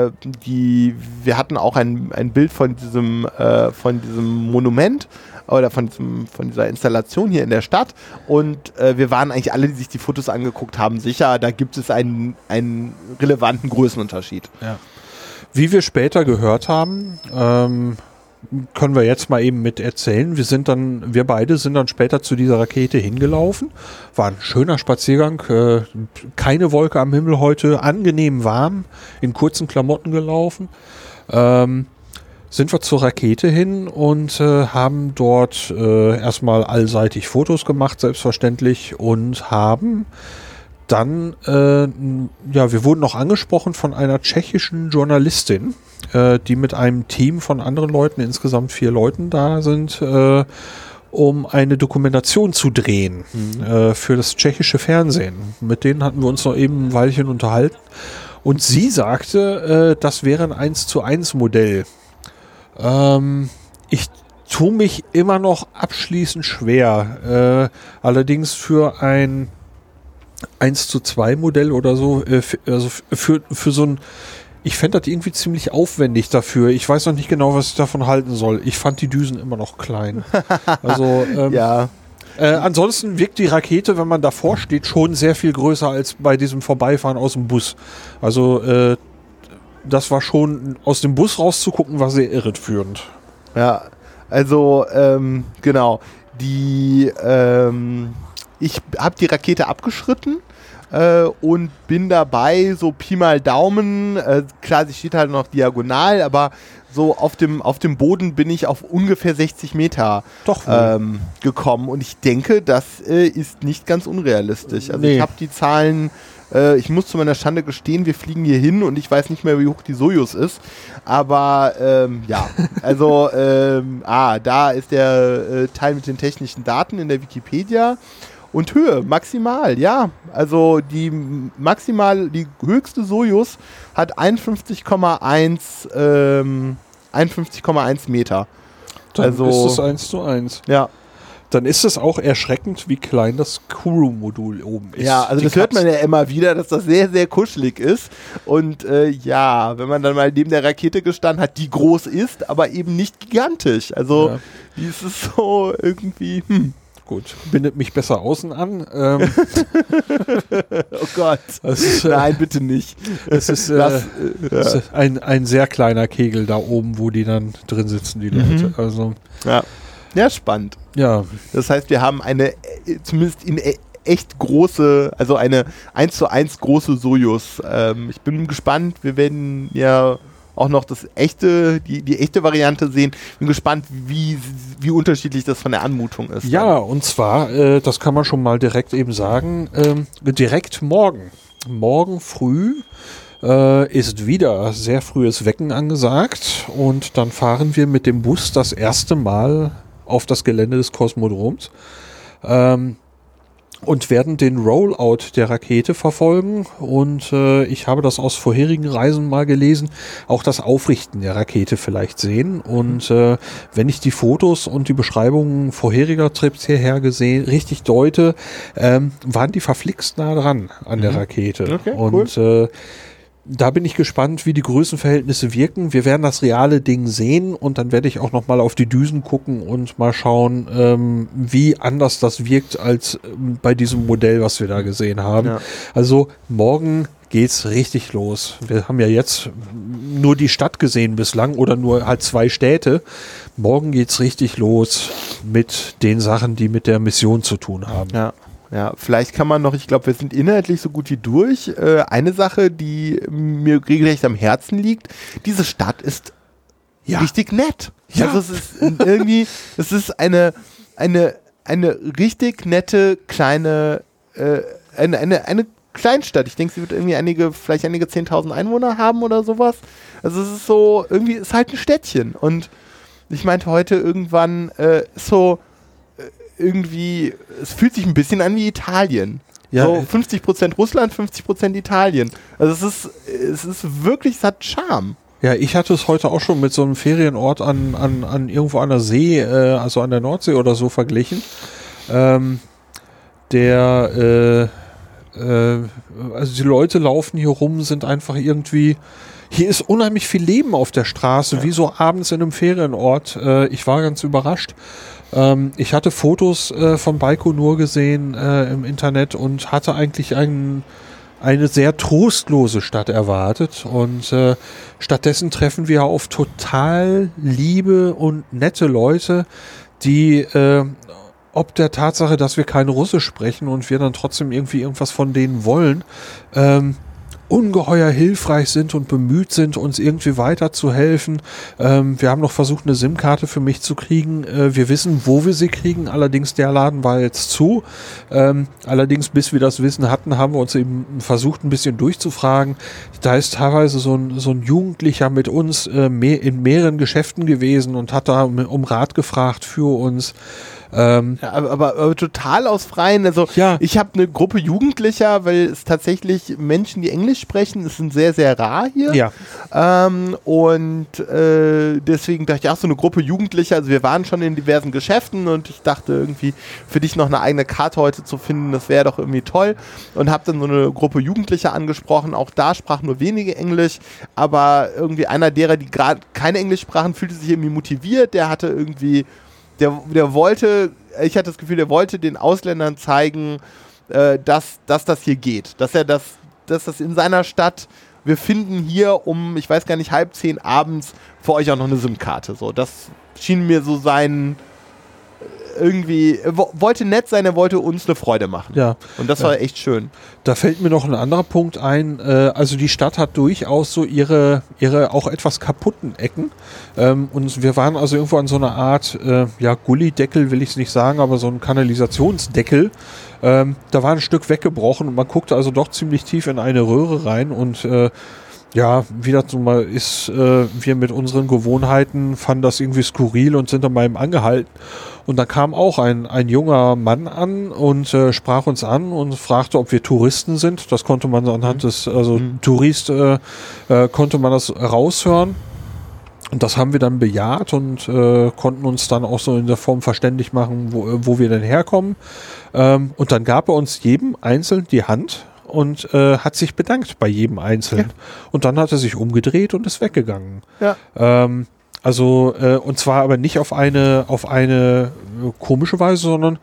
C: wir hatten auch ein Bild von diesem Monument oder von dieser Installation hier in der Stadt und wir waren eigentlich alle, die sich die Fotos angeguckt haben, sicher, da gibt es einen relevanten Größenunterschied.
B: Ja. Wie wir später gehört haben, können wir jetzt mal eben mit erzählen. Wir beide sind dann später zu dieser Rakete hingelaufen. War ein schöner Spaziergang, keine Wolke am Himmel heute, angenehm warm, in kurzen Klamotten gelaufen. Sind wir zur Rakete hin und haben dort erstmal allseitig Fotos gemacht, selbstverständlich, und haben dann, wir wurden noch angesprochen von einer tschechischen Journalistin, die mit einem Team von anderen Leuten, insgesamt 4 Leuten da sind, um eine Dokumentation zu drehen für das tschechische Fernsehen. Mit denen hatten wir uns noch eben ein Weilchen unterhalten. Und sie sagte, das wäre ein 1:1 Modell. Ich tue mich immer noch abschließend schwer. Allerdings für ein 1:2 Modell oder so, also für so ein, ich fände das irgendwie ziemlich aufwendig dafür. Ich weiß noch nicht genau, was ich davon halten soll. Ich fand die Düsen immer noch klein. Also, ansonsten wirkt die Rakete, wenn man davor steht, schon sehr viel größer als bei diesem Vorbeifahren aus dem Bus. Also, das war schon, aus dem Bus rauszugucken, war sehr irreführend.
C: Ja, also, genau. Ich habe die Rakete abgeschritten und bin dabei, so Pi mal Daumen, klar, sie steht halt noch diagonal, aber so auf dem Boden bin ich auf ungefähr 60 Meter gekommen und ich denke, das ist nicht ganz unrealistisch. Also ich habe die Zahlen, ich muss zu meiner Schande gestehen, wir fliegen hier hin und ich weiß nicht mehr, wie hoch die Sojus ist, aber da ist der Teil mit den technischen Daten in der Wikipedia. Und Höhe, maximal, ja. Also die höchste Sojus hat 51,1 Meter.
B: Dann ist es 1:1.
C: Ja.
B: Dann ist es auch erschreckend, wie klein das Crew-Modul oben ist.
C: Ja, also das hört man ja immer wieder, dass das sehr, sehr kuschelig ist. Und wenn man dann mal neben der Rakete gestanden hat, die groß ist, aber eben nicht gigantisch. Also die ist es so irgendwie,
B: Gut, bindet mich besser außen an.
C: Oh Gott. Nein, bitte nicht.
B: Es ist ein sehr kleiner Kegel da oben, wo die dann drin sitzen, die Leute. Also,
C: ja, spannend.
B: Ja.
C: Das heißt, wir haben eine, zumindest in echt große, also eine 1:1 große Sojus. Ich bin gespannt. Wir werden ja auch noch die echte Variante sehen. Bin gespannt, wie unterschiedlich das von der Anmutung ist.
B: Ja, und zwar, das kann man schon mal direkt eben sagen, direkt morgen. Morgen früh ist wieder sehr frühes Wecken angesagt und dann fahren wir mit dem Bus das erste Mal auf das Gelände des Kosmodroms. und werden den Rollout der Rakete verfolgen. Und ich habe das aus vorherigen Reisen mal gelesen, auch das Aufrichten der Rakete vielleicht sehen. Und wenn ich die Fotos und die Beschreibungen vorheriger Trips hierher richtig deute, waren die verflixt nah dran an der Rakete.
C: Okay,
B: und
C: cool.
B: Da bin ich gespannt, wie die Größenverhältnisse wirken. Wir werden das reale Ding sehen und dann werde ich auch noch mal auf die Düsen gucken und mal schauen, wie anders das wirkt als bei diesem Modell, was wir da gesehen haben.
C: Ja.
B: Also morgen geht's richtig los. Wir haben ja jetzt nur die Stadt gesehen bislang oder nur halt 2 Städte. Morgen geht's richtig los mit den Sachen, die mit der Mission zu tun haben.
C: Ja, vielleicht kann man noch, ich glaube, wir sind inhaltlich so gut wie durch. Eine Sache, die mir regelrecht am Herzen liegt, diese Stadt ist richtig nett.
B: Ja.
C: Also es ist irgendwie, es ist eine richtig nette kleine, eine Kleinstadt. Ich denke, sie wird irgendwie vielleicht einige 10.000 Einwohner haben oder sowas. Also es ist so, irgendwie ist halt ein Städtchen. Und ich meinte heute irgendwann irgendwie, es fühlt sich ein bisschen an wie Italien.
B: Ja,
C: so 50% Russland, 50% Italien. Also es ist wirklich, es hat Charme.
B: Ja, ich hatte es heute auch schon mit so einem Ferienort an irgendwo an der See, also an der Nordsee oder so verglichen. Also die Leute laufen hier rum, sind einfach irgendwie, hier ist unheimlich viel Leben auf der Straße, wie so abends in einem Ferienort. Ich war ganz überrascht. Ich hatte Fotos von Baikonur gesehen im Internet und hatte eigentlich eine sehr trostlose Stadt erwartet. Und stattdessen treffen wir auf total liebe und nette Leute, die ob der Tatsache, dass wir kein Russisch sprechen und wir dann trotzdem irgendwie irgendwas von denen wollen, ungeheuer hilfreich sind und bemüht sind, uns irgendwie weiterzuhelfen. Wir haben noch versucht, eine SIM-Karte für mich zu kriegen. Wir wissen, wo wir sie kriegen. Allerdings, der Laden war jetzt zu. Allerdings, bis wir das Wissen hatten, haben wir uns eben versucht, ein bisschen durchzufragen. Da ist teilweise so ein Jugendlicher mit uns in mehreren Geschäften gewesen und hat da um Rat gefragt für uns.
C: Ja, aber total aus Freien. Also ich habe eine Gruppe Jugendlicher, weil es tatsächlich Menschen, die Englisch sprechen, es sind sehr, sehr rar hier.
B: Ja.
C: Deswegen dachte ich, ach, so eine Gruppe Jugendlicher, also wir waren schon in diversen Geschäften und ich dachte irgendwie, für dich noch eine eigene Karte heute zu finden, das wäre doch irgendwie toll. Und habe dann so eine Gruppe Jugendlicher angesprochen, auch da sprachen nur wenige Englisch, aber irgendwie einer derer, die gerade kein Englisch sprachen, fühlte sich irgendwie motiviert, der hatte irgendwie der wollte, ich hatte das Gefühl, der wollte den Ausländern zeigen, dass das hier geht. Dass das in seiner Stadt, wir finden hier ich weiß gar nicht, 9:30 abends für euch auch noch eine SIM-Karte. So, das schien mir so sein, irgendwie, wollte nett sein, er wollte uns eine Freude machen.
B: Ja.
C: Und das war echt schön.
B: Da fällt mir noch ein anderer Punkt ein. Also die Stadt hat durchaus so ihre auch etwas kaputten Ecken. Und wir waren also irgendwo an so einer Art, Gullideckel will ich es nicht sagen, aber so ein Kanalisationsdeckel. Da war ein Stück weggebrochen und man guckte also doch ziemlich tief in eine Röhre rein und wie das so mal ist, wir mit unseren Gewohnheiten fanden das irgendwie skurril und sind dann mal eben angehalten. Und da kam auch ein junger Mann an und sprach uns an und fragte, ob wir Touristen sind. Das konnte man anhand des, Tourist, konnte man das raushören. Und das haben wir dann bejaht und konnten uns dann auch so in der Form verständlich machen, wo wir denn herkommen. Und dann gab er uns jedem einzeln die Hand und hat sich bedankt bei jedem Einzelnen. Ja. Und dann hat er sich umgedreht und ist weggegangen.
C: Ja.
B: Und zwar aber nicht auf eine komische Weise, sondern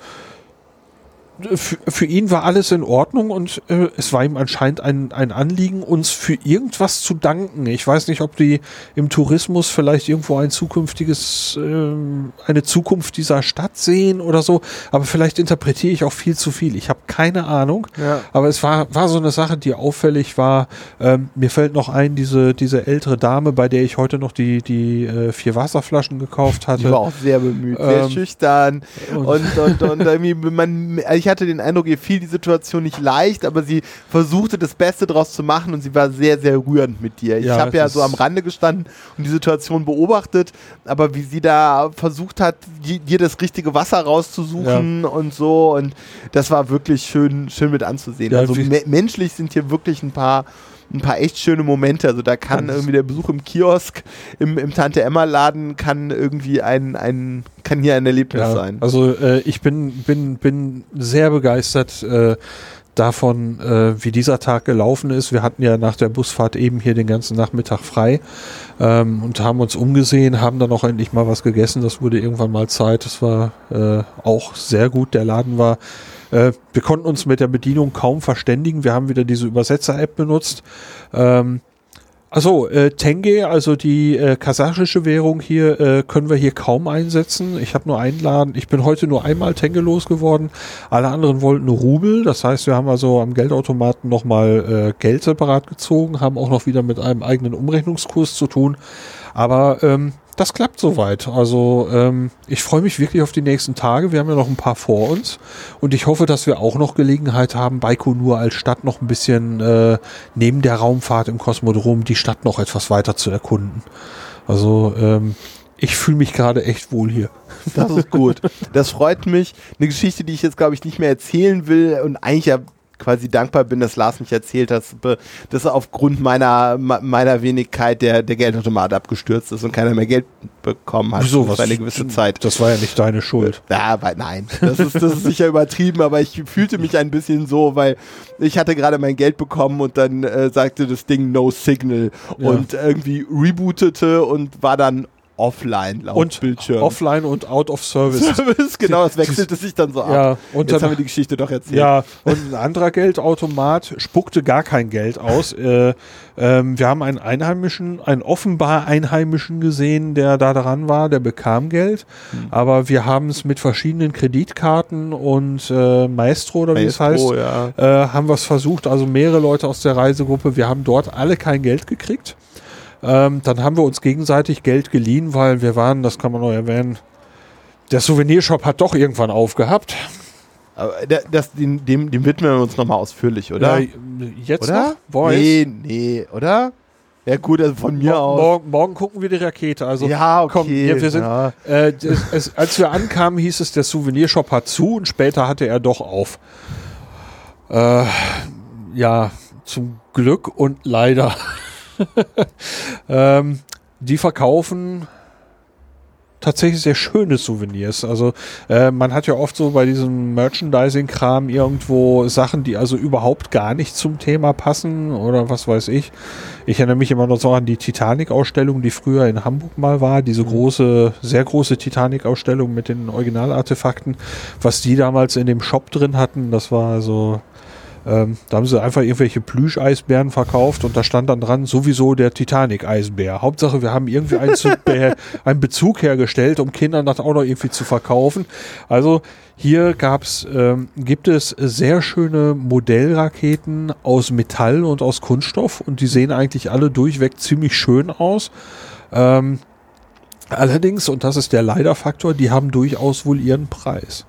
B: für ihn war alles in Ordnung und es war ihm anscheinend ein Anliegen, uns für irgendwas zu danken. Ich weiß nicht, ob die im Tourismus vielleicht irgendwo eine Zukunft dieser Stadt sehen oder so, aber vielleicht interpretiere ich auch viel zu viel. Ich habe keine Ahnung, aber es war so eine Sache, die auffällig war. Mir fällt noch ein, diese ältere Dame, bei der ich heute noch die 4 Wasserflaschen gekauft hatte.
C: Die war auch sehr bemüht, sehr schüchtern und irgendwie, ich hatte den Eindruck, ihr fiel die Situation nicht leicht, aber sie versuchte das Beste draus zu machen und sie war sehr, sehr rührend mit dir. Ich habe ja so am Rande gestanden und die Situation beobachtet, aber wie sie da versucht hat, dir das richtige Wasser rauszusuchen und so, und das war wirklich schön mit anzusehen. Ja, also menschlich sind hier wirklich ein paar echt schöne Momente. Also da kann irgendwie der Besuch im Kiosk, im Tante-Emma-Laden kann irgendwie kann hier ein Erlebnis sein.
B: Also ich bin sehr begeistert davon, wie dieser Tag gelaufen ist. Wir hatten ja nach der Busfahrt eben hier den ganzen Nachmittag frei und haben uns umgesehen, haben dann auch endlich mal was gegessen. Das wurde irgendwann mal Zeit. Das war auch sehr gut. Der Laden war wir konnten uns mit der Bedienung kaum verständigen. Wir haben wieder diese Übersetzer-App benutzt. Tenge, also die kasachische Währung hier, können wir hier kaum einsetzen. Ich habe nur einen Laden. Ich bin heute nur einmal Tenge losgeworden. Alle anderen wollten nur Rubel. Das heißt, wir haben also am Geldautomaten nochmal Geld separat gezogen, haben auch noch wieder mit einem eigenen Umrechnungskurs zu tun. Aber das klappt soweit. Also ich freue mich wirklich auf die nächsten Tage. Wir haben ja noch ein paar vor uns und ich hoffe, dass wir auch noch Gelegenheit haben, Baikonur als Stadt noch ein bisschen neben der Raumfahrt im Kosmodrom die Stadt noch etwas weiter zu erkunden. Also ich fühle mich gerade echt wohl hier.
C: Das ist gut. Das freut mich. Eine Geschichte, die ich jetzt, glaube ich, nicht mehr erzählen will und eigentlich ja quasi dankbar bin, dass Lars mich erzählt hat, dass aufgrund meiner Wenigkeit der Geldautomat abgestürzt ist und keiner mehr Geld bekommen hat.
B: Wieso?
C: Für eine gewisse Zeit.
B: Das war ja nicht deine Schuld.
C: Ja, nein. Das ist sicher übertrieben, aber ich fühlte mich ein bisschen so, weil ich hatte gerade mein Geld bekommen und dann sagte das Ding No Signal und irgendwie rebootete und war dann offline laut Bildschirm.
B: Offline und out of service.
C: Genau, das wechselte sich dann so ab.
B: Ja, und
C: jetzt haben wir die Geschichte doch erzählt.
B: Ja, und ein anderer Geldautomat spuckte gar kein Geld aus. Wir haben einen offenbar Einheimischen gesehen, der da dran war, der bekam Geld. Aber wir haben es mit verschiedenen Kreditkarten und Maestro oder wie es heißt, haben wir es versucht. Also mehrere Leute aus der Reisegruppe. Wir haben dort alle kein Geld gekriegt. Dann haben wir uns gegenseitig Geld geliehen, weil wir waren, das kann man noch erwähnen, der Souvenirshop hat doch irgendwann aufgehabt.
C: Aber dem widmen wir uns nochmal ausführlich, oder?
B: Ja, jetzt
C: oder?
B: noch? Boys?
C: Nee, oder? Ja gut, also von mir aus.
B: Morgen gucken wir die Rakete. Also,
C: ja, okay.
B: Komm, wir sind, als wir ankamen, hieß es, der Souvenirshop hat zu und später hatte er doch auf. Zum Glück und leider. Die verkaufen tatsächlich sehr schöne Souvenirs. Also man hat ja oft so bei diesem Merchandising-Kram irgendwo Sachen, die also überhaupt gar nicht zum Thema passen oder was weiß ich. Ich erinnere mich immer noch so an die Titanic-Ausstellung, die früher in Hamburg mal war. Diese sehr große Titanic-Ausstellung mit den Originalartefakten. Was die damals in dem Shop drin hatten, das war so... da haben sie einfach irgendwelche Plüsch-Eisbären verkauft und da stand dann dran, sowieso der Titanic-Eisbär. Hauptsache, wir haben irgendwie einen Bezug hergestellt, um Kindern das auch noch irgendwie zu verkaufen. Also hier gibt es sehr schöne Modellraketen aus Metall und aus Kunststoff und die sehen eigentlich alle durchweg ziemlich schön aus. Allerdings, und das ist der Leider-Faktor, die haben durchaus wohl ihren Preis.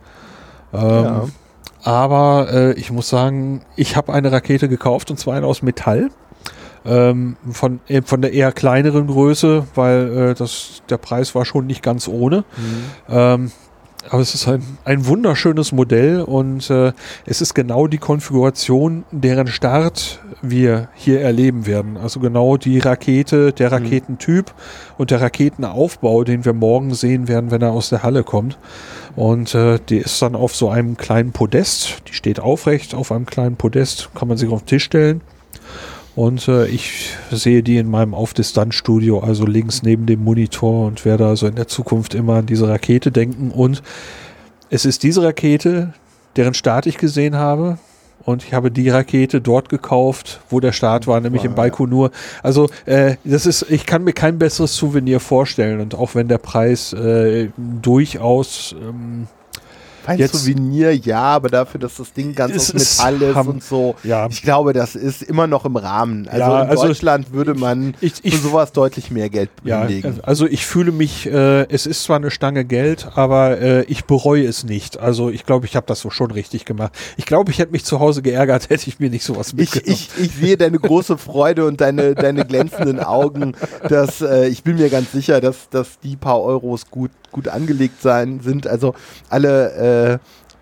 B: Aber ich muss sagen, ich habe eine Rakete gekauft und zwar eine aus Metall. Von der eher kleineren Größe, weil der Preis war schon nicht ganz ohne. Aber es ist ein wunderschönes Modell und es ist genau die Konfiguration, deren Start wir hier erleben werden. Also genau die Rakete, der Raketentyp und der Raketenaufbau, den wir morgen sehen werden, wenn er aus der Halle kommt. Und die ist dann auf so einem kleinen Podest, die steht aufrecht auf einem kleinen Podest, kann man sich auf den Tisch stellen. Und ich sehe die in meinem Auf-Distanz-Studio, also links neben dem Monitor und werde also in der Zukunft immer an diese Rakete denken. Und es ist diese Rakete, deren Start ich gesehen habe. Und ich habe die Rakete dort gekauft, wo der Start war, nämlich in Baikonur. Also ich kann mir kein besseres Souvenir vorstellen. Und auch wenn der Preis durchaus
C: Souvenir, ja, aber dafür, dass das Ding ganz aus Metall ist und so.
B: Ja.
C: Ich glaube, das ist immer noch im Rahmen. Also in Deutschland würde man für sowas deutlich mehr Geld hinlegen.
B: Also ich fühle mich, es ist zwar eine Stange Geld, aber ich bereue es nicht. Also ich glaube, ich habe das so schon richtig gemacht. Ich glaube, ich hätte mich zu Hause geärgert, hätte ich mir nicht sowas mitgenommen.
C: Ich sehe deine große Freude und deine glänzenden Augen. Ich bin mir ganz sicher, dass die paar Euros gut angelegt sind. Also alle,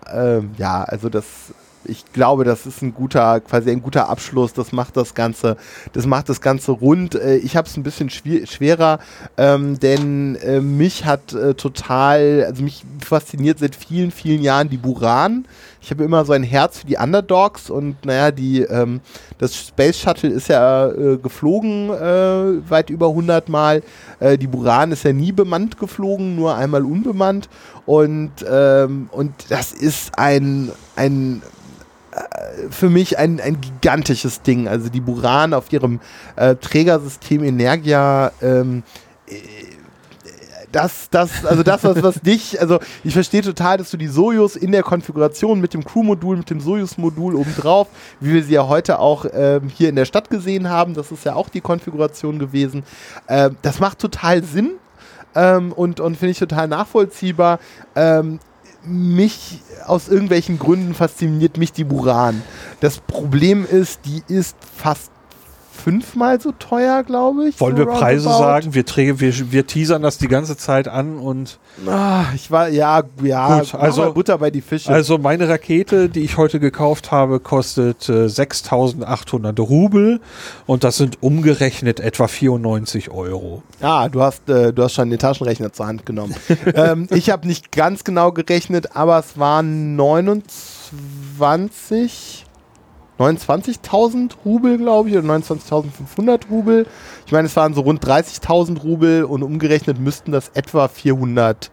C: ich glaube, das ist quasi ein guter Abschluss. Das macht das Ganze rund. Ich habe es ein bisschen schwerer, denn mich fasziniert seit vielen, vielen Jahren die Buran. Ich habe immer so ein Herz für die Underdogs und das Space Shuttle ist ja geflogen weit über 100 Mal. Die Buran ist ja nie bemannt geflogen, nur einmal unbemannt und das ist für mich ein gigantisches Ding. Also die Buran auf ihrem Trägersystem Energia, ich verstehe total, dass du die Sojus in der Konfiguration mit dem Crew-Modul, mit dem Sojus-Modul obendrauf, wie wir sie ja heute auch hier in der Stadt gesehen haben, das ist ja auch die Konfiguration gewesen. Das macht total Sinn und finde ich total nachvollziehbar. Mich aus irgendwelchen Gründen fasziniert mich die Buran. Das Problem ist, die ist fast 5-mal so teuer, glaube ich.
B: Wollen wir Preise sagen? Wir teasern das die ganze Zeit an und
C: gut,
B: also
C: Butter bei die Fische.
B: Also meine Rakete, die ich heute gekauft habe, kostet 6.800 Rubel und das sind umgerechnet etwa 94 €.
C: Ah, du hast schon den Taschenrechner zur Hand genommen. Ich habe nicht ganz genau gerechnet, aber es waren 29.000 Rubel, glaube ich, oder 29.500 Rubel. Ich meine, es waren so rund 30.000 Rubel und umgerechnet müssten das etwa 400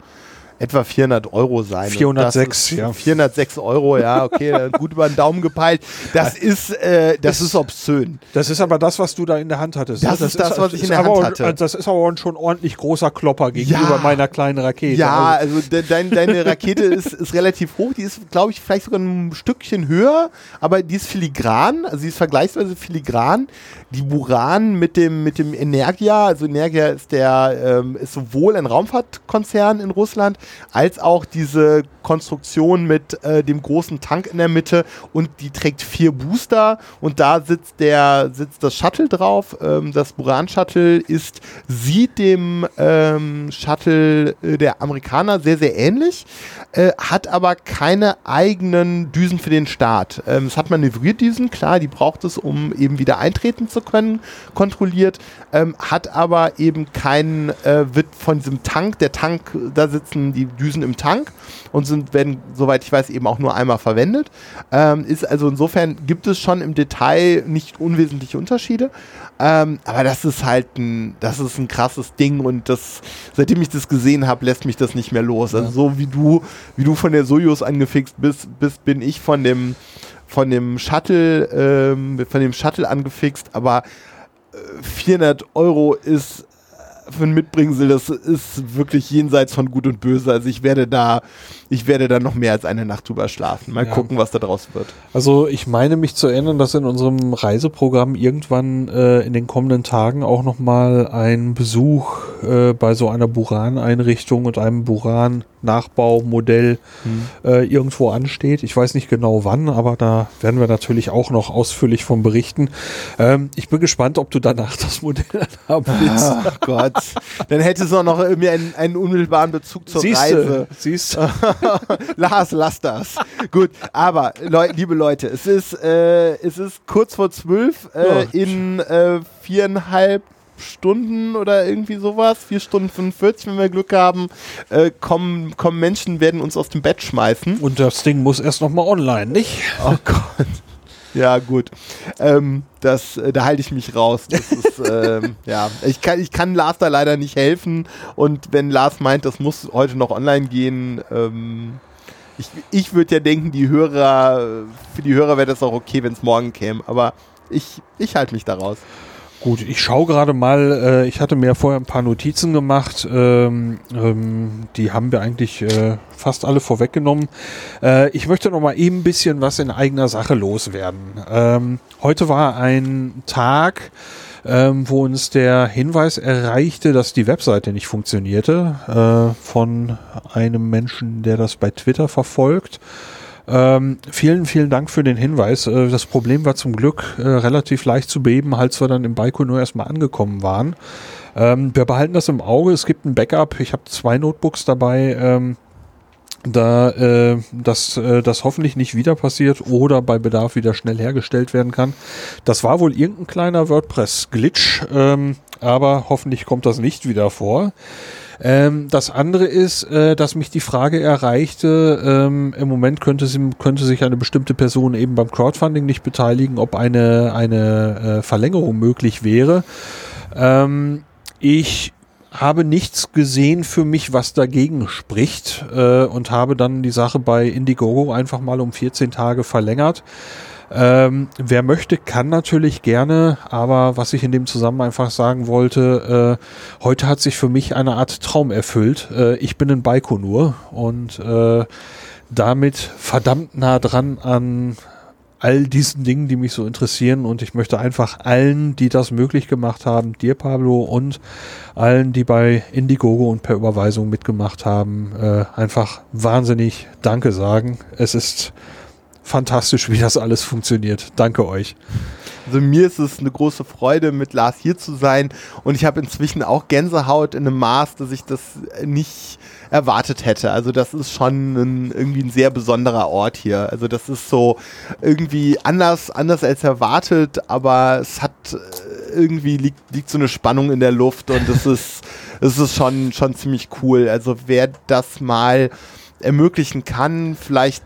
C: € sein.
B: 406, ja.
C: 406 €, ja, okay, gut über den Daumen gepeilt. Das ist obszön.
B: Das ist aber das, was du da in der Hand hattest.
C: Das ist das, was ich in der Hand hatte.
B: Das ist aber schon ordentlich großer Klopper gegenüber meiner kleinen Rakete.
C: Ja, also deine Rakete ist relativ hoch. Die ist, glaube ich, vielleicht sogar ein Stückchen höher, aber die ist filigran, also sie ist vergleichsweise filigran. Die Buran mit dem Energia, also Energia ist ist sowohl ein Raumfahrtkonzern in Russland, als auch diese Konstruktion mit dem großen Tank in der Mitte und die trägt 4 Booster und da sitzt das Shuttle drauf. Das Buran-Shuttle sieht dem Shuttle der Amerikaner sehr, sehr ähnlich, hat aber keine eigenen Düsen für den Start. Es hat Manövrierdüsen, klar, die braucht es, um eben wieder eintreten zu können, kontrolliert, hat aber eben wird von diesem Tank, der Tank, da sitzen die Düsen im Tank und werden, soweit ich weiß, eben auch nur einmal verwendet. Also insofern gibt es schon im Detail nicht unwesentliche Unterschiede. Aber das ist ein krasses Ding und seitdem ich das gesehen habe, lässt mich das nicht mehr los. Also so wie du von der Sojus angefixt bist, bin ich von dem Shuttle angefixt, aber 400 € ist für ein Mitbringsel, das ist wirklich jenseits von Gut und Böse. Also ich werde da noch mehr als eine Nacht drüber schlafen. Mal gucken, was da draus wird.
B: Also ich meine mich zu erinnern, dass in unserem Reiseprogramm irgendwann in den kommenden Tagen auch nochmal ein Besuch bei so einer Buran-Einrichtung und einem Buran-Nachbaumodell irgendwo ansteht. Ich weiß nicht genau wann, aber da werden wir natürlich auch noch ausführlich von berichten. Ich bin gespannt, ob du danach das Modell haben willst.
C: Ach Gott. Dann hättest du noch irgendwie einen unmittelbaren Bezug zur Reise.
B: Siehst du?
C: Lars, lass das. Gut, aber liebe Leute, es ist kurz vor 12 in 4,5 Stunden oder irgendwie sowas, 4 Stunden 45, wenn wir Glück haben, kommen Menschen, werden uns aus dem Bett schmeißen.
B: Und das Ding muss erst nochmal online, nicht?
C: Oh Gott. Ja, gut. Da halte ich mich raus. Das ist, ich kann Lars da leider nicht helfen. Und wenn Lars meint, das muss heute noch online gehen, ich würde ja denken, für die Hörer wäre das auch okay, wenn es morgen käme. Aber ich halte mich da raus.
B: Gut, ich schaue gerade mal, ich hatte mir vorher ein paar Notizen gemacht, die haben wir eigentlich fast alle vorweggenommen. Ich möchte noch mal eben ein bisschen was in eigener Sache loswerden. Heute war ein Tag, wo uns der Hinweis erreichte, dass die Webseite nicht funktionierte, von einem Menschen, der das bei Twitter verfolgt. Vielen, vielen Dank für den Hinweis. Das Problem war zum Glück relativ leicht zu beheben, als wir dann im Baikonur erstmal angekommen waren. Wir behalten das im Auge. Es gibt ein Backup. Ich habe 2 Notebooks dabei, dass das hoffentlich nicht wieder passiert oder bei Bedarf wieder schnell hergestellt werden kann. Das war wohl irgendein kleiner WordPress-Glitch, aber hoffentlich kommt das nicht wieder vor. Das andere ist, dass mich die Frage erreichte, im Moment könnte sich eine bestimmte Person eben beim Crowdfunding nicht beteiligen, ob eine Verlängerung möglich wäre. Ich habe nichts gesehen für mich, was dagegen spricht, und habe dann die Sache bei Indiegogo einfach mal um 14 Tage verlängert. Wer möchte, kann natürlich gerne, aber was ich in dem Zusammenhang einfach sagen wollte, heute hat sich für mich eine Art Traum erfüllt. Ich bin in Baikonur und damit verdammt nah dran an all diesen Dingen, die mich so interessieren, und ich möchte einfach allen, die das möglich gemacht haben, dir Pablo und allen, die bei Indiegogo und per Überweisung mitgemacht haben, einfach wahnsinnig Danke sagen. Es ist fantastisch, wie das alles funktioniert. Danke euch.
C: Also mir ist es eine große Freude, mit Lars hier zu sein, und ich habe inzwischen auch Gänsehaut in einem Maß, dass ich das nicht erwartet hätte. Also das ist schon irgendwie ein sehr besonderer Ort hier. Also das ist so irgendwie anders als erwartet, aber es hat irgendwie liegt so eine Spannung in der Luft, und es ist schon ziemlich cool. Also wer das mal ermöglichen kann, vielleicht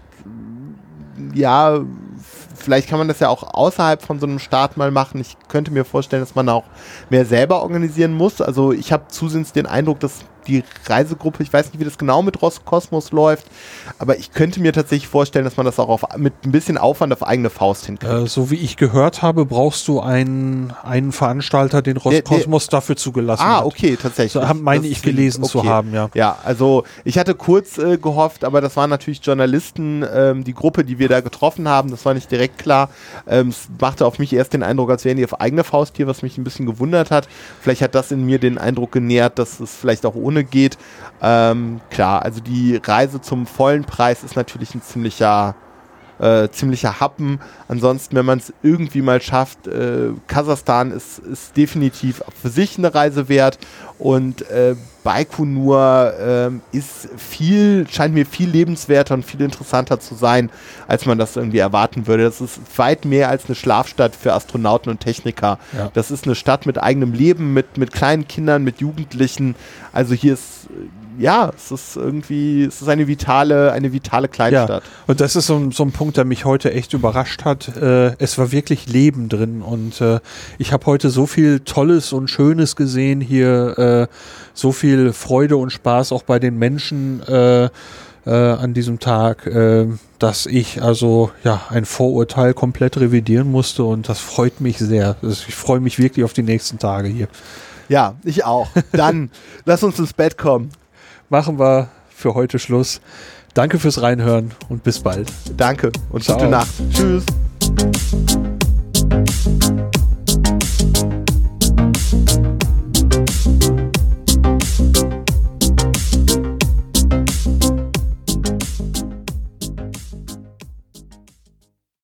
C: kann man das ja auch außerhalb von so einem Start mal machen. Ich könnte mir vorstellen, dass man auch mehr selber organisieren muss. Also ich habe zusehends den Eindruck, dass die Reisegruppe, ich weiß nicht, wie das genau mit Roskosmos läuft, aber ich könnte mir tatsächlich vorstellen, dass man das auch mit ein bisschen Aufwand auf eigene Faust hinkriegt.
B: So wie ich gehört habe, brauchst du einen Veranstalter, den Roskosmos dafür zugelassen hat.
C: Ah, okay, tatsächlich.
B: So meine ich gelesen zu haben, ja.
C: Ja, also ich hatte kurz gehofft, aber das waren natürlich Journalisten, die Gruppe, die wir da getroffen haben, das war nicht direkt klar. Es machte auf mich erst den Eindruck, als wären die auf eigene Faust hier, was mich ein bisschen gewundert hat. Vielleicht hat das in mir den Eindruck genährt, dass es vielleicht auch ohne geht. Klar, also die Reise zum vollen Preis ist natürlich ein ziemlicher Happen. Ansonsten, wenn man es irgendwie mal schafft, Kasachstan ist definitiv für sich eine Reise wert, und Baikonur scheint mir viel lebenswerter und viel interessanter zu sein, als man das irgendwie erwarten würde. Das ist weit mehr als eine Schlafstadt für Astronauten und Techniker. Ja. Das ist eine Stadt mit eigenem Leben, mit kleinen Kindern, mit Jugendlichen. Also hier ist es ist eine vitale Kleinstadt.
B: Ja, und das ist so ein Punkt, der mich heute echt überrascht hat. Es war wirklich Leben drin, und ich habe heute so viel Tolles und Schönes gesehen hier, so viel Freude und Spaß auch bei den Menschen an diesem Tag, dass ich ein Vorurteil komplett revidieren musste, und das freut mich sehr. Ich freue mich wirklich auf die nächsten Tage hier.
C: Ja, ich auch. Dann lass uns ins Bett kommen.
B: Machen wir für heute Schluss. Danke fürs Reinhören und bis bald.
C: Danke und gute Nacht. Tschüss.